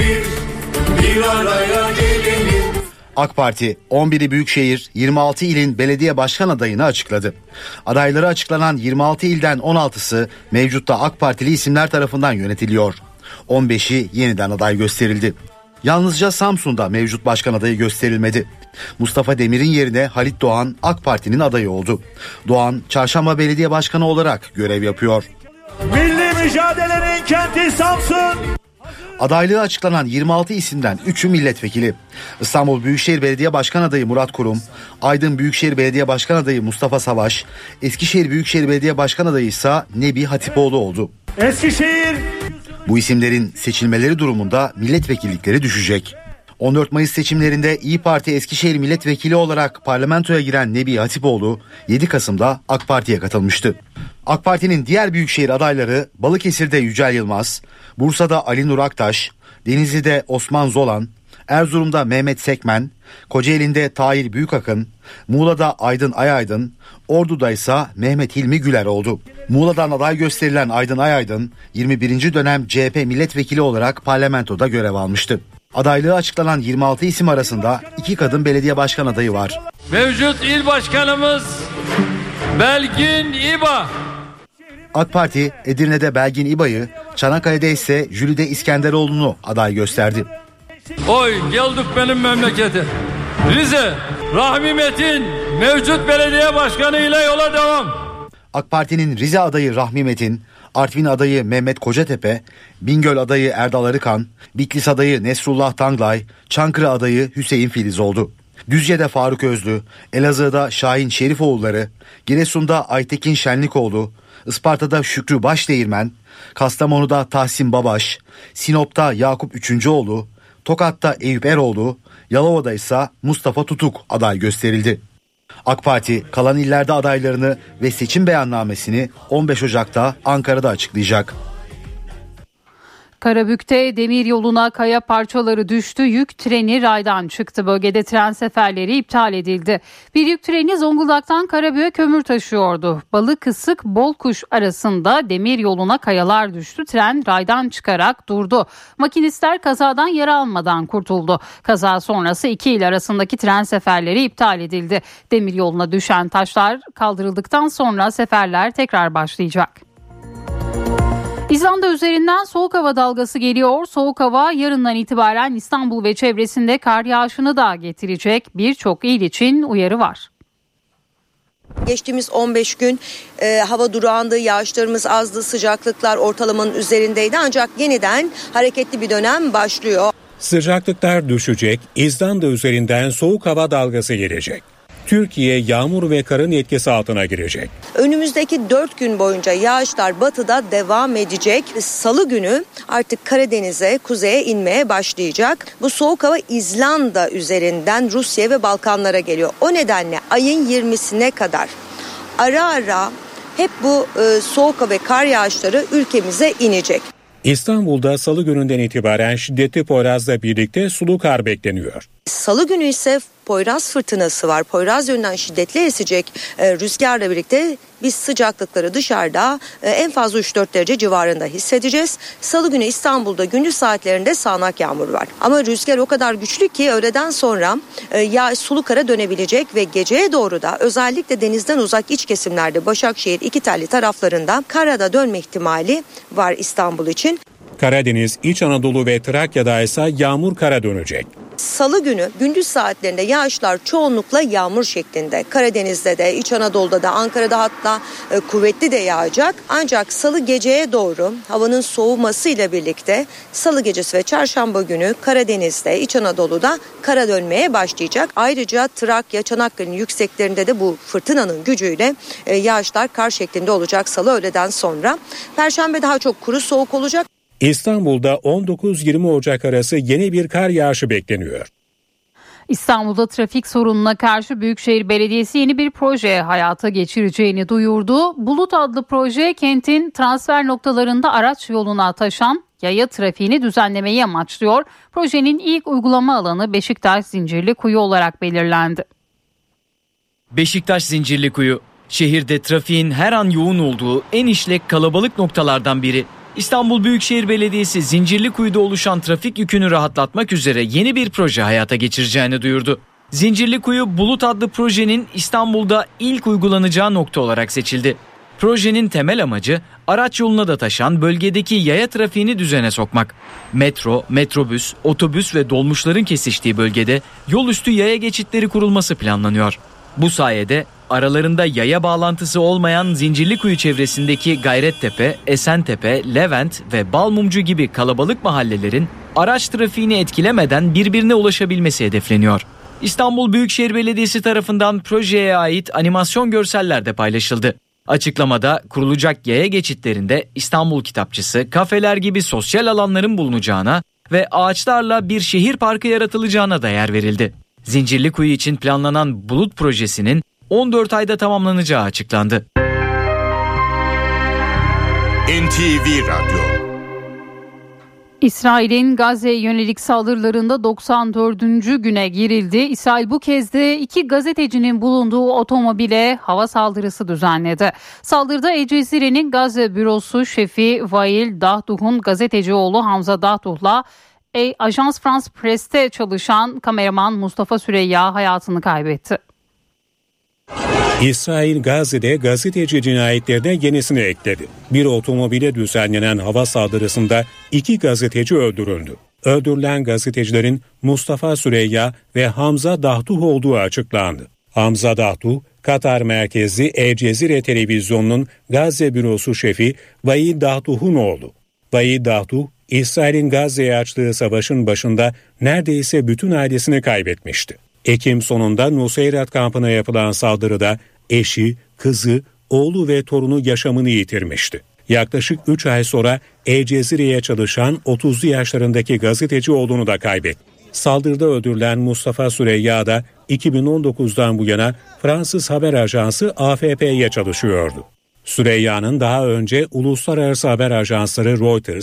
bir araya gelelim. AK Parti 11'i büyükşehir, 26 ilin belediye başkan adayını açıkladı. Adayları açıklanan 26 ilden 16'sı mevcutta AK Partili isimler tarafından yönetiliyor. 15'i yeniden aday gösterildi. Yalnızca Samsun'da mevcut başkan adayı gösterilmedi. Mustafa Demir'in yerine Halit Doğan AK Parti'nin adayı oldu. Doğan, Çarşamba Belediye Başkanı olarak görev yapıyor. Milli mücadelenin kenti Samsun. Adaylığı açıklanan 26 isimden 3'ü milletvekili. İstanbul Büyükşehir Belediye Başkan adayı Murat Kurum, Aydın Büyükşehir Belediye Başkan adayı Mustafa Savaş, Eskişehir Büyükşehir Belediye Başkan adayı ise Nebi Hatipoğlu oldu. Eskişehir. Bu isimlerin seçilmeleri durumunda milletvekillikleri düşecek. 14 Mayıs seçimlerinde İYİ Parti Eskişehir Milletvekili olarak parlamentoya giren Nebi Hatipoğlu 7 Kasım'da AK Parti'ye katılmıştı. AK Parti'nin diğer büyükşehir adayları Balıkesir'de Yücel Yılmaz, Bursa'da Ali Nur Aktaş, Denizli'de Osman Zolan, Erzurum'da Mehmet Sekmen, Kocaeli'nde Tahir Büyükakın, Muğla'da Aydın Ayaydın, Ordu'da ise Mehmet Hilmi Güler oldu. Muğla'dan aday gösterilen Aydın Ayaydın 21. dönem CHP milletvekili olarak parlamentoda görev almıştı. Adaylığı açıklanan 26 isim arasında 2 kadın belediye başkan adayı var. Mevcut il başkanımız Belgin İba. AK Parti Edirne'de Belgin İba'yı, Çanakkale'de ise Jülide İskenderoğlu'nu aday gösterdi. Oy geldik benim memlekete. Rize Rahmi Metin mevcut belediye başkanı ile yola devam. AK Parti'nin Rize adayı Rahmi Metin, Artvin adayı Mehmet Kocatepe, Bingöl adayı Erdal Arıkan, Bitlis adayı Nesrullah Tanglay, Çankırı adayı Hüseyin Filiz oldu. Düzce'de Faruk Özlü, Elazığ'da Şahin Şerifoğulları, Giresun'da Aytekin Şenlikoğlu, Isparta'da Şükrü Başdeğirmen, Kastamonu'da Tahsin Babaş, Sinop'ta Yakup Üçüncüoğlu, Tokat'ta Eyüp Eroğlu, Yalova'da ise Mustafa Tutuk aday gösterildi. AK Parti kalan illerde adaylarını ve seçim beyannamesini 15 Ocak'ta Ankara'da açıklayacak. Karabük'te demir yoluna kaya parçaları düştü. Yük treni raydan çıktı. Bölgede tren seferleri iptal edildi. Bir yük treni Zonguldak'tan Karabük'e kömür taşıyordu. Balıkesik Bolkuş arasında demir yoluna kayalar düştü. Tren raydan çıkarak durdu. Makinistler kazadan yara almadan kurtuldu. Kaza sonrası iki il arasındaki tren seferleri iptal edildi. Demir yoluna düşen taşlar kaldırıldıktan sonra seferler tekrar başlayacak. İzlanda üzerinden soğuk hava dalgası geliyor. Soğuk hava yarından itibaren İstanbul ve çevresinde kar yağışını da getirecek. Birçok il için uyarı var. Geçtiğimiz 15 gün hava durağandı, yağışlarımız azdı, sıcaklıklar ortalamanın üzerindeydi. Ancak yeniden hareketli bir dönem başlıyor. Sıcaklıklar düşecek, İzlanda üzerinden soğuk hava dalgası gelecek. Türkiye yağmur ve karın etkisi altına girecek. Önümüzdeki 4 gün boyunca yağışlar batıda devam edecek. Salı günü artık Karadeniz'e, kuzeye inmeye başlayacak. Bu soğuk hava İzlanda üzerinden Rusya ve Balkanlara geliyor. O nedenle ayın 20'sine kadar ara ara hep bu soğuk hava ve kar yağışları ülkemize inecek. İstanbul'da salı gününden itibaren şiddetli Poyraz'la birlikte sulu kar bekleniyor. Salı günü ise Poyraz fırtınası var. Poyraz yönünden şiddetli esecek rüzgarla birlikte biz sıcaklıkları dışarıda en fazla 3-4 derece civarında hissedeceğiz. Salı günü İstanbul'da gündüz saatlerinde sağanak yağmur var. Ama rüzgar o kadar güçlü ki öğleden sonra sulu kara dönebilecek ve geceye doğru da özellikle denizden uzak iç kesimlerde Başakşehir, İkitelli taraflarında karada dönme ihtimali var İstanbul için. Karadeniz, İç Anadolu ve Trakya'da ise yağmur kara dönecek. Salı günü gündüz saatlerinde yağışlar çoğunlukla yağmur şeklinde. Karadeniz'de de, İç Anadolu'da da, Ankara'da hatta kuvvetli de yağacak. Ancak salı geceye doğru havanın soğumasıyla birlikte salı gecesi ve çarşamba günü Karadeniz'de, İç Anadolu'da kara dönmeye başlayacak. Ayrıca Trakya, Çanakkale'nin yükseklerinde de bu fırtınanın gücüyle yağışlar kar şeklinde olacak salı öğleden sonra. Perşembe daha çok kuru soğuk olacak. İstanbul'da 19-20 Ocak arası yeni bir kar yağışı bekleniyor. İstanbul'da trafik sorununa karşı Büyükşehir Belediyesi yeni bir proje hayata geçireceğini duyurdu. Bulut adlı proje kentin transfer noktalarında araç yoluna taşan yaya trafiğini düzenlemeyi amaçlıyor. Projenin ilk uygulama alanı Beşiktaş Zincirlikuyu olarak belirlendi. Beşiktaş Zincirlikuyu, şehirde trafiğin her an yoğun olduğu en işlek kalabalık noktalardan biri. İstanbul Büyükşehir Belediyesi Zincirlikuyu'da oluşan trafik yükünü rahatlatmak üzere yeni bir proje hayata geçireceğini duyurdu. Zincirlikuyu Bulut adlı projenin İstanbul'da ilk uygulanacağı nokta olarak seçildi. Projenin temel amacı araç yoluna da taşan bölgedeki yaya trafiğini düzene sokmak. Metro, metrobüs, otobüs ve dolmuşların kesiştiği bölgede yol üstü yaya geçitleri kurulması planlanıyor. Bu sayede aralarında yaya bağlantısı olmayan Zincirlikuyu çevresindeki Gayrettepe, Esentepe, Levent ve Balmumcu gibi kalabalık mahallelerin araç trafiğini etkilemeden birbirine ulaşabilmesi hedefleniyor. İstanbul Büyükşehir Belediyesi tarafından projeye ait animasyon görseller de paylaşıldı. Açıklamada kurulacak yaya geçitlerinde İstanbul Kitapçısı, kafeler gibi sosyal alanların bulunacağına ve ağaçlarla bir şehir parkı yaratılacağına da yer verildi. Zincirlikuyu için planlanan Bulut projesinin 14 ayda tamamlanacağı açıklandı. NTV Radyo. İsrail'in Gazze'ye yönelik saldırılarında 94. güne girildi. İsrail bu kez de 2 gazetecinin bulunduğu otomobile hava saldırısı düzenledi. Saldırıda El Cezire'nin Gazze bürosu şefi Vail Dahduh'un gazeteci oğlu Hamza Dahduh'la Ajans France Press'te çalışan kameraman Mustafa Süreyya hayatını kaybetti. İsrail Gazze'de gazeteci cinayetlerine yenisini ekledi. Bir otomobile düzenlenen hava saldırısında 2 gazeteci öldürüldü. Öldürülen gazetecilerin Mustafa Süreyya ve Hamza Dahduh olduğu açıklandı. Hamza Dahduh, Katar merkezli El Cezire televizyonunun Gazze bürosu şefi Vaid Dahduh'un oğlu. Vaid Dahduh, İsrail'in Gazze'ye açtığı savaşın başında neredeyse bütün ailesini kaybetmişti. Ekim sonunda Nusayrat kampına yapılan saldırıda eşi, kızı, oğlu ve torunu yaşamını yitirmişti. Yaklaşık 3 ay sonra El Cezire'ye çalışan 30'lu yaşlarındaki gazeteci oğlunu da kaybetti. Saldırıda öldürülen Mustafa Süreyya da 2019'dan bu yana Fransız haber ajansı AFP'ye çalışıyordu. Süreyya'nın daha önce uluslararası haber ajansları Reuters,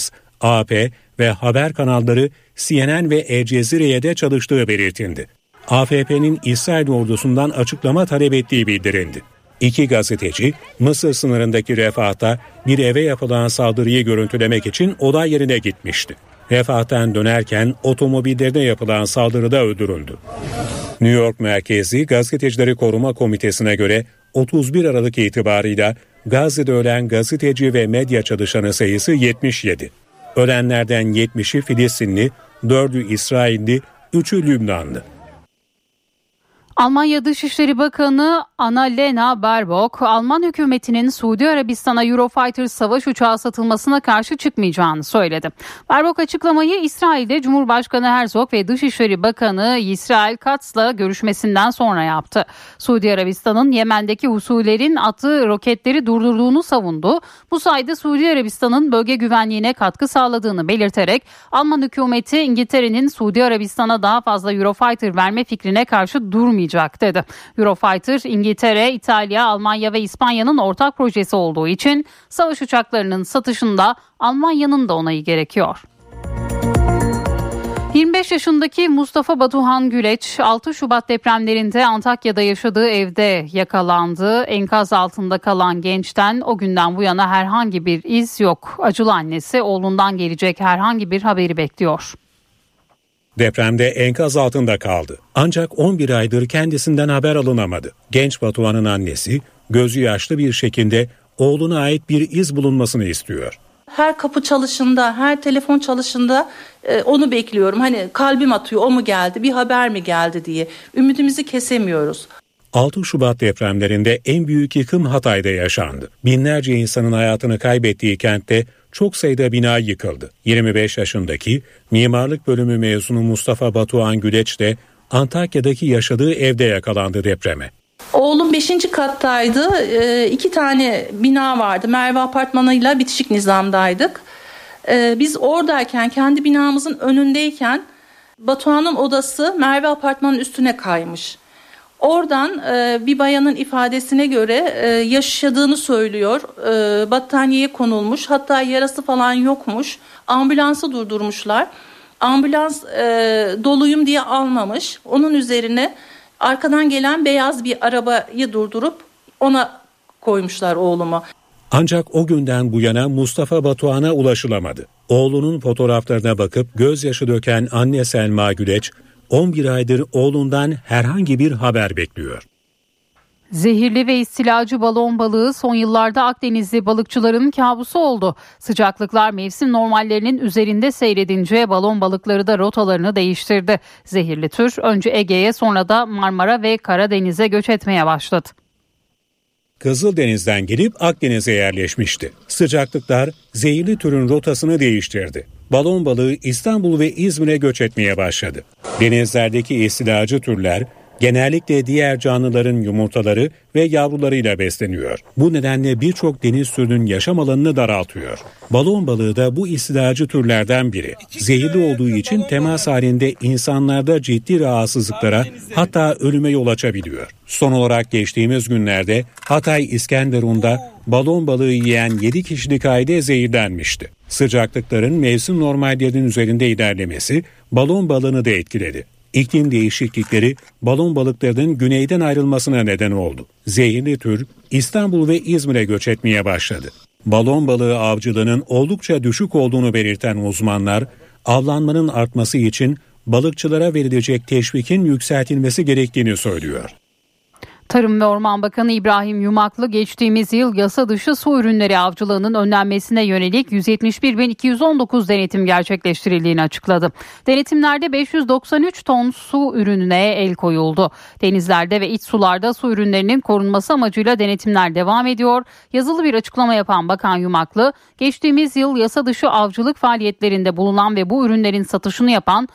AP ve haber kanalları CNN ve El Cezire'ye de çalıştığı belirtildi. AFP'nin İsrail ordusundan açıklama talep ettiği bildirildi. 2 gazeteci Mısır sınırındaki Refah'ta bir eve yapılan saldırıyı görüntülemek için olay yerine gitmişti. Refah'tan dönerken otomobillerine yapılan saldırıda öldürüldü. New York merkezli Gazetecileri Koruma Komitesi'ne göre 31 Aralık itibarıyla Gazze'de ölen gazeteci ve medya çalışanı sayısı 77. Ölenlerden 70'i Filistinli, 4'ü İsrailli, 3'ü Lübnanlı. Almanya Dışişleri Bakanı Annalena Baerbock, Alman hükümetinin Suudi Arabistan'a Eurofighter savaş uçağı satılmasına karşı çıkmayacağını söyledi. Baerbock açıklamayı İsrail'de Cumhurbaşkanı Herzog ve Dışişleri Bakanı İsrail Katz'la görüşmesinden sonra yaptı. Suudi Arabistan'ın Yemen'deki Husilerin attığı roketleri durdurduğunu savundu. Bu sayede Suudi Arabistan'ın bölge güvenliğine katkı sağladığını belirterek Alman hükümeti İngiltere'nin Suudi Arabistan'a daha fazla Eurofighter verme fikrine karşı durmayacak dedi. Eurofighter, İngiltere, İtalya, Almanya ve İspanya'nın ortak projesi olduğu için savaş uçaklarının satışında Almanya'nın da onayı gerekiyor. 25 yaşındaki Mustafa Batuhan Güleç 6 Şubat depremlerinde Antakya'da yaşadığı evde yakalandı. Enkaz altında kalan gençten o günden bu yana herhangi bir iz yok. Acılı annesi oğlundan gelecek herhangi bir haberi bekliyor. Depremde enkaz altında kaldı. Ancak 11 aydır kendisinden haber alınamadı. Genç Batuhan'ın annesi gözü yaşlı bir şekilde oğluna ait bir iz bulunmasını istiyor. Her kapı çalışında, her telefon çalışında onu bekliyorum. Hani kalbim atıyor, o mu geldi, bir haber mi geldi diye. Ümidimizi kesemiyoruz. 6 Şubat depremlerinde en büyük yıkım Hatay'da yaşandı. Binlerce insanın hayatını kaybettiği kentte çok sayıda bina yıkıldı. 25 yaşındaki mimarlık bölümü mezunu Mustafa Batuhan Güleç de Antakya'daki yaşadığı evde yakalandı depreme. Oğlum 5. kattaydı. 2 tane bina vardı. Merve Apartmanı'yla bitişik nizamdaydık. Biz oradayken, kendi binamızın önündeyken Batuhan'ın odası Merve Apartmanı'nın üstüne kaymış. Oradan bir bayanın ifadesine göre yaşadığını söylüyor. Battaniyeye konulmuş, hatta yarası falan yokmuş. Ambulansı durdurmuşlar. Ambulans doluyum diye almamış. Onun üzerine arkadan gelen beyaz bir arabayı durdurup ona koymuşlar oğlumu. Ancak o günden bu yana Mustafa Batuhan'a ulaşılamadı. Oğlunun fotoğraflarına bakıp gözyaşı döken anne Selma Güleç, 11 aydır oğlundan herhangi bir haber bekliyor. Zehirli ve istilacı balon balığı son yıllarda Akdenizli balıkçıların kabusu oldu. Sıcaklıklar mevsim normallerinin üzerinde seyredince balon balıkları da rotalarını değiştirdi. Zehirli tür önce Ege'ye, sonra da Marmara ve Karadeniz'e göç etmeye başladı. Kızıldeniz'den gelip Akdeniz'e yerleşmişti. Sıcaklıklar zehirli türün rotasını değiştirdi. Balon balığı İstanbul ve İzmir'e göç etmeye başladı. Denizlerdeki istilacı türler genellikle diğer canlıların yumurtaları ve yavrularıyla besleniyor. Bu nedenle birçok deniz türünün yaşam alanını daraltıyor. Balon balığı da bu istilacı türlerden biri. Zehirli olduğu için temas halinde insanlarda ciddi rahatsızlıklara, hatta ölüme yol açabiliyor. Son olarak geçtiğimiz günlerde Hatay İskenderun'da balon balığı yiyen 7 kişilik aile zehirlenmişti. Sıcaklıkların mevsim normallerinin üzerinde ilerlemesi balon balığını da etkiledi. İklim değişiklikleri balon balıklarının güneyden ayrılmasına neden oldu. Zehirli tür İstanbul ve İzmir'e göç etmeye başladı. Balon balığı avcılığının oldukça düşük olduğunu belirten uzmanlar, avlanmanın artması için balıkçılara verilecek teşvikin yükseltilmesi gerektiğini söylüyor. Tarım ve Orman Bakanı İbrahim Yumaklı geçtiğimiz yıl yasa dışı su ürünleri avcılığının önlenmesine yönelik 171.219 denetim gerçekleştirildiğini açıkladı. Denetimlerde 593 ton su ürününe el koyuldu. Denizlerde ve iç sularda su ürünlerinin korunması amacıyla denetimler devam ediyor. Yazılı bir açıklama yapan Bakan Yumaklı, geçtiğimiz yıl yasa dışı avcılık faaliyetlerinde bulunan ve bu ürünlerin satışını yapan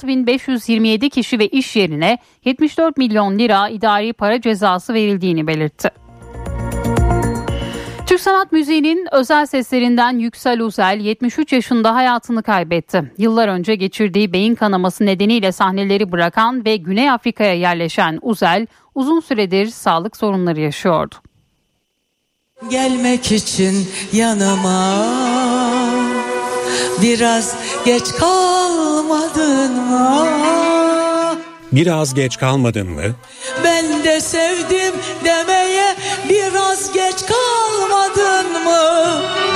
6.527 kişi ve iş yerine 74 milyon lira idari para cezası verildiğini belirtti. Türk sanat müziğinin özel seslerinden Yüksel Uzel 73 yaşında hayatını kaybetti. Yıllar önce geçirdiği beyin kanaması nedeniyle sahneleri bırakan ve Güney Afrika'ya yerleşen Uzel uzun süredir sağlık sorunları yaşıyordu. Gelmek için yanıma biraz geç kalmadın mı? Biraz geç kalmadın mı? Ben de sevdim demeye biraz geç kalmadın mı?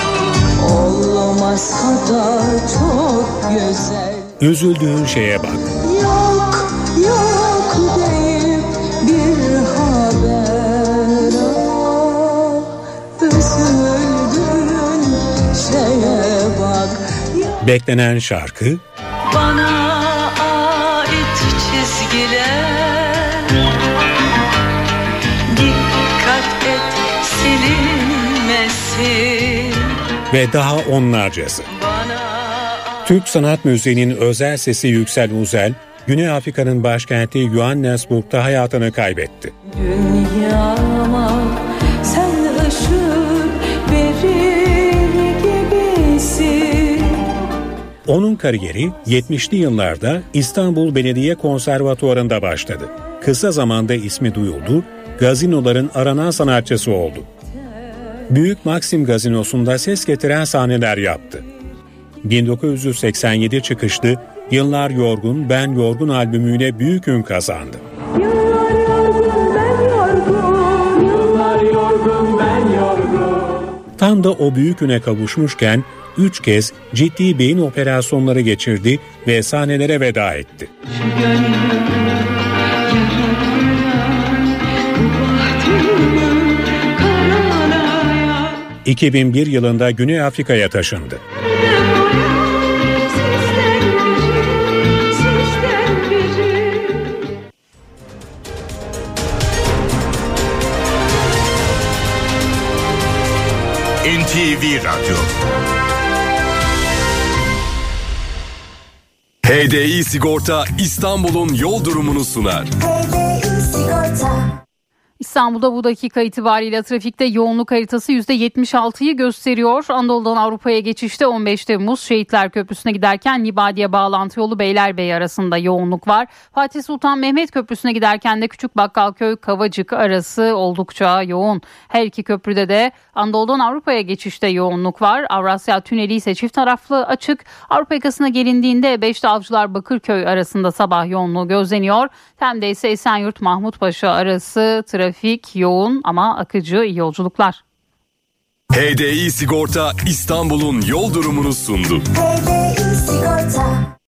Olmasa da çok güzel. Üzüldüğün şeye bak. Yok yok deyip bir haber al. Üzüldüğün şeye bak. Beklenen şarkı Bana ait çizgiler, dikkat et silinmesin. ve daha onlarcası. Türk sanat müziğinin özel sesi Yüksel Uzel, Güney Afrika'nın başkenti Johannesburg'da hayatını kaybetti. Dünyama sen ışık verir gibisin. Onun kariyeri 70'li yıllarda İstanbul Belediye Konservatuvarı'nda başladı. Kısa zamanda ismi duyuldu, gazinoların aranan sanatçısı oldu. Büyük Maxim Gazinosu'nda ses getiren sahneler yaptı. 1987 çıkışlı Yıllar Yorgun Ben Yorgun albümüyle büyük ün kazandı. Tam da o büyük üne kavuşmuşken 3 kez ciddi beyin operasyonları geçirdi ve sahnelere veda etti. 2001 yılında Güney Afrika'ya taşındı. NTV Radyo. HDI Sigorta İstanbul'un yol durumunu sunar. İstanbul'da bu dakika itibariyle trafikte yoğunluk haritası %76'yı gösteriyor. Anadolu'dan Avrupa'ya geçişte 15 Temmuz Şehitler Köprüsü'ne giderken Libadiye bağlantı yolu Beylerbeyi arasında yoğunluk var. Fatih Sultan Mehmet Köprüsü'ne giderken de Küçükbakkalköy Kavacık arası oldukça yoğun. Her iki köprüde de Anadolu'dan Avrupa'ya geçişte yoğunluk var. Avrasya Tüneli ise çift taraflı açık. Avrupa yakasına gelindiğinde E5'te Avcılar Bakırköy arasında sabah yoğunluğu gözleniyor. Tem'de ise Esenyurt Mahmutpaşa arası trafik yoğun ama akıcı. İyi yolculuklar. HDI Sigorta İstanbul'un yol durumunu sundu. HDI Sigorta.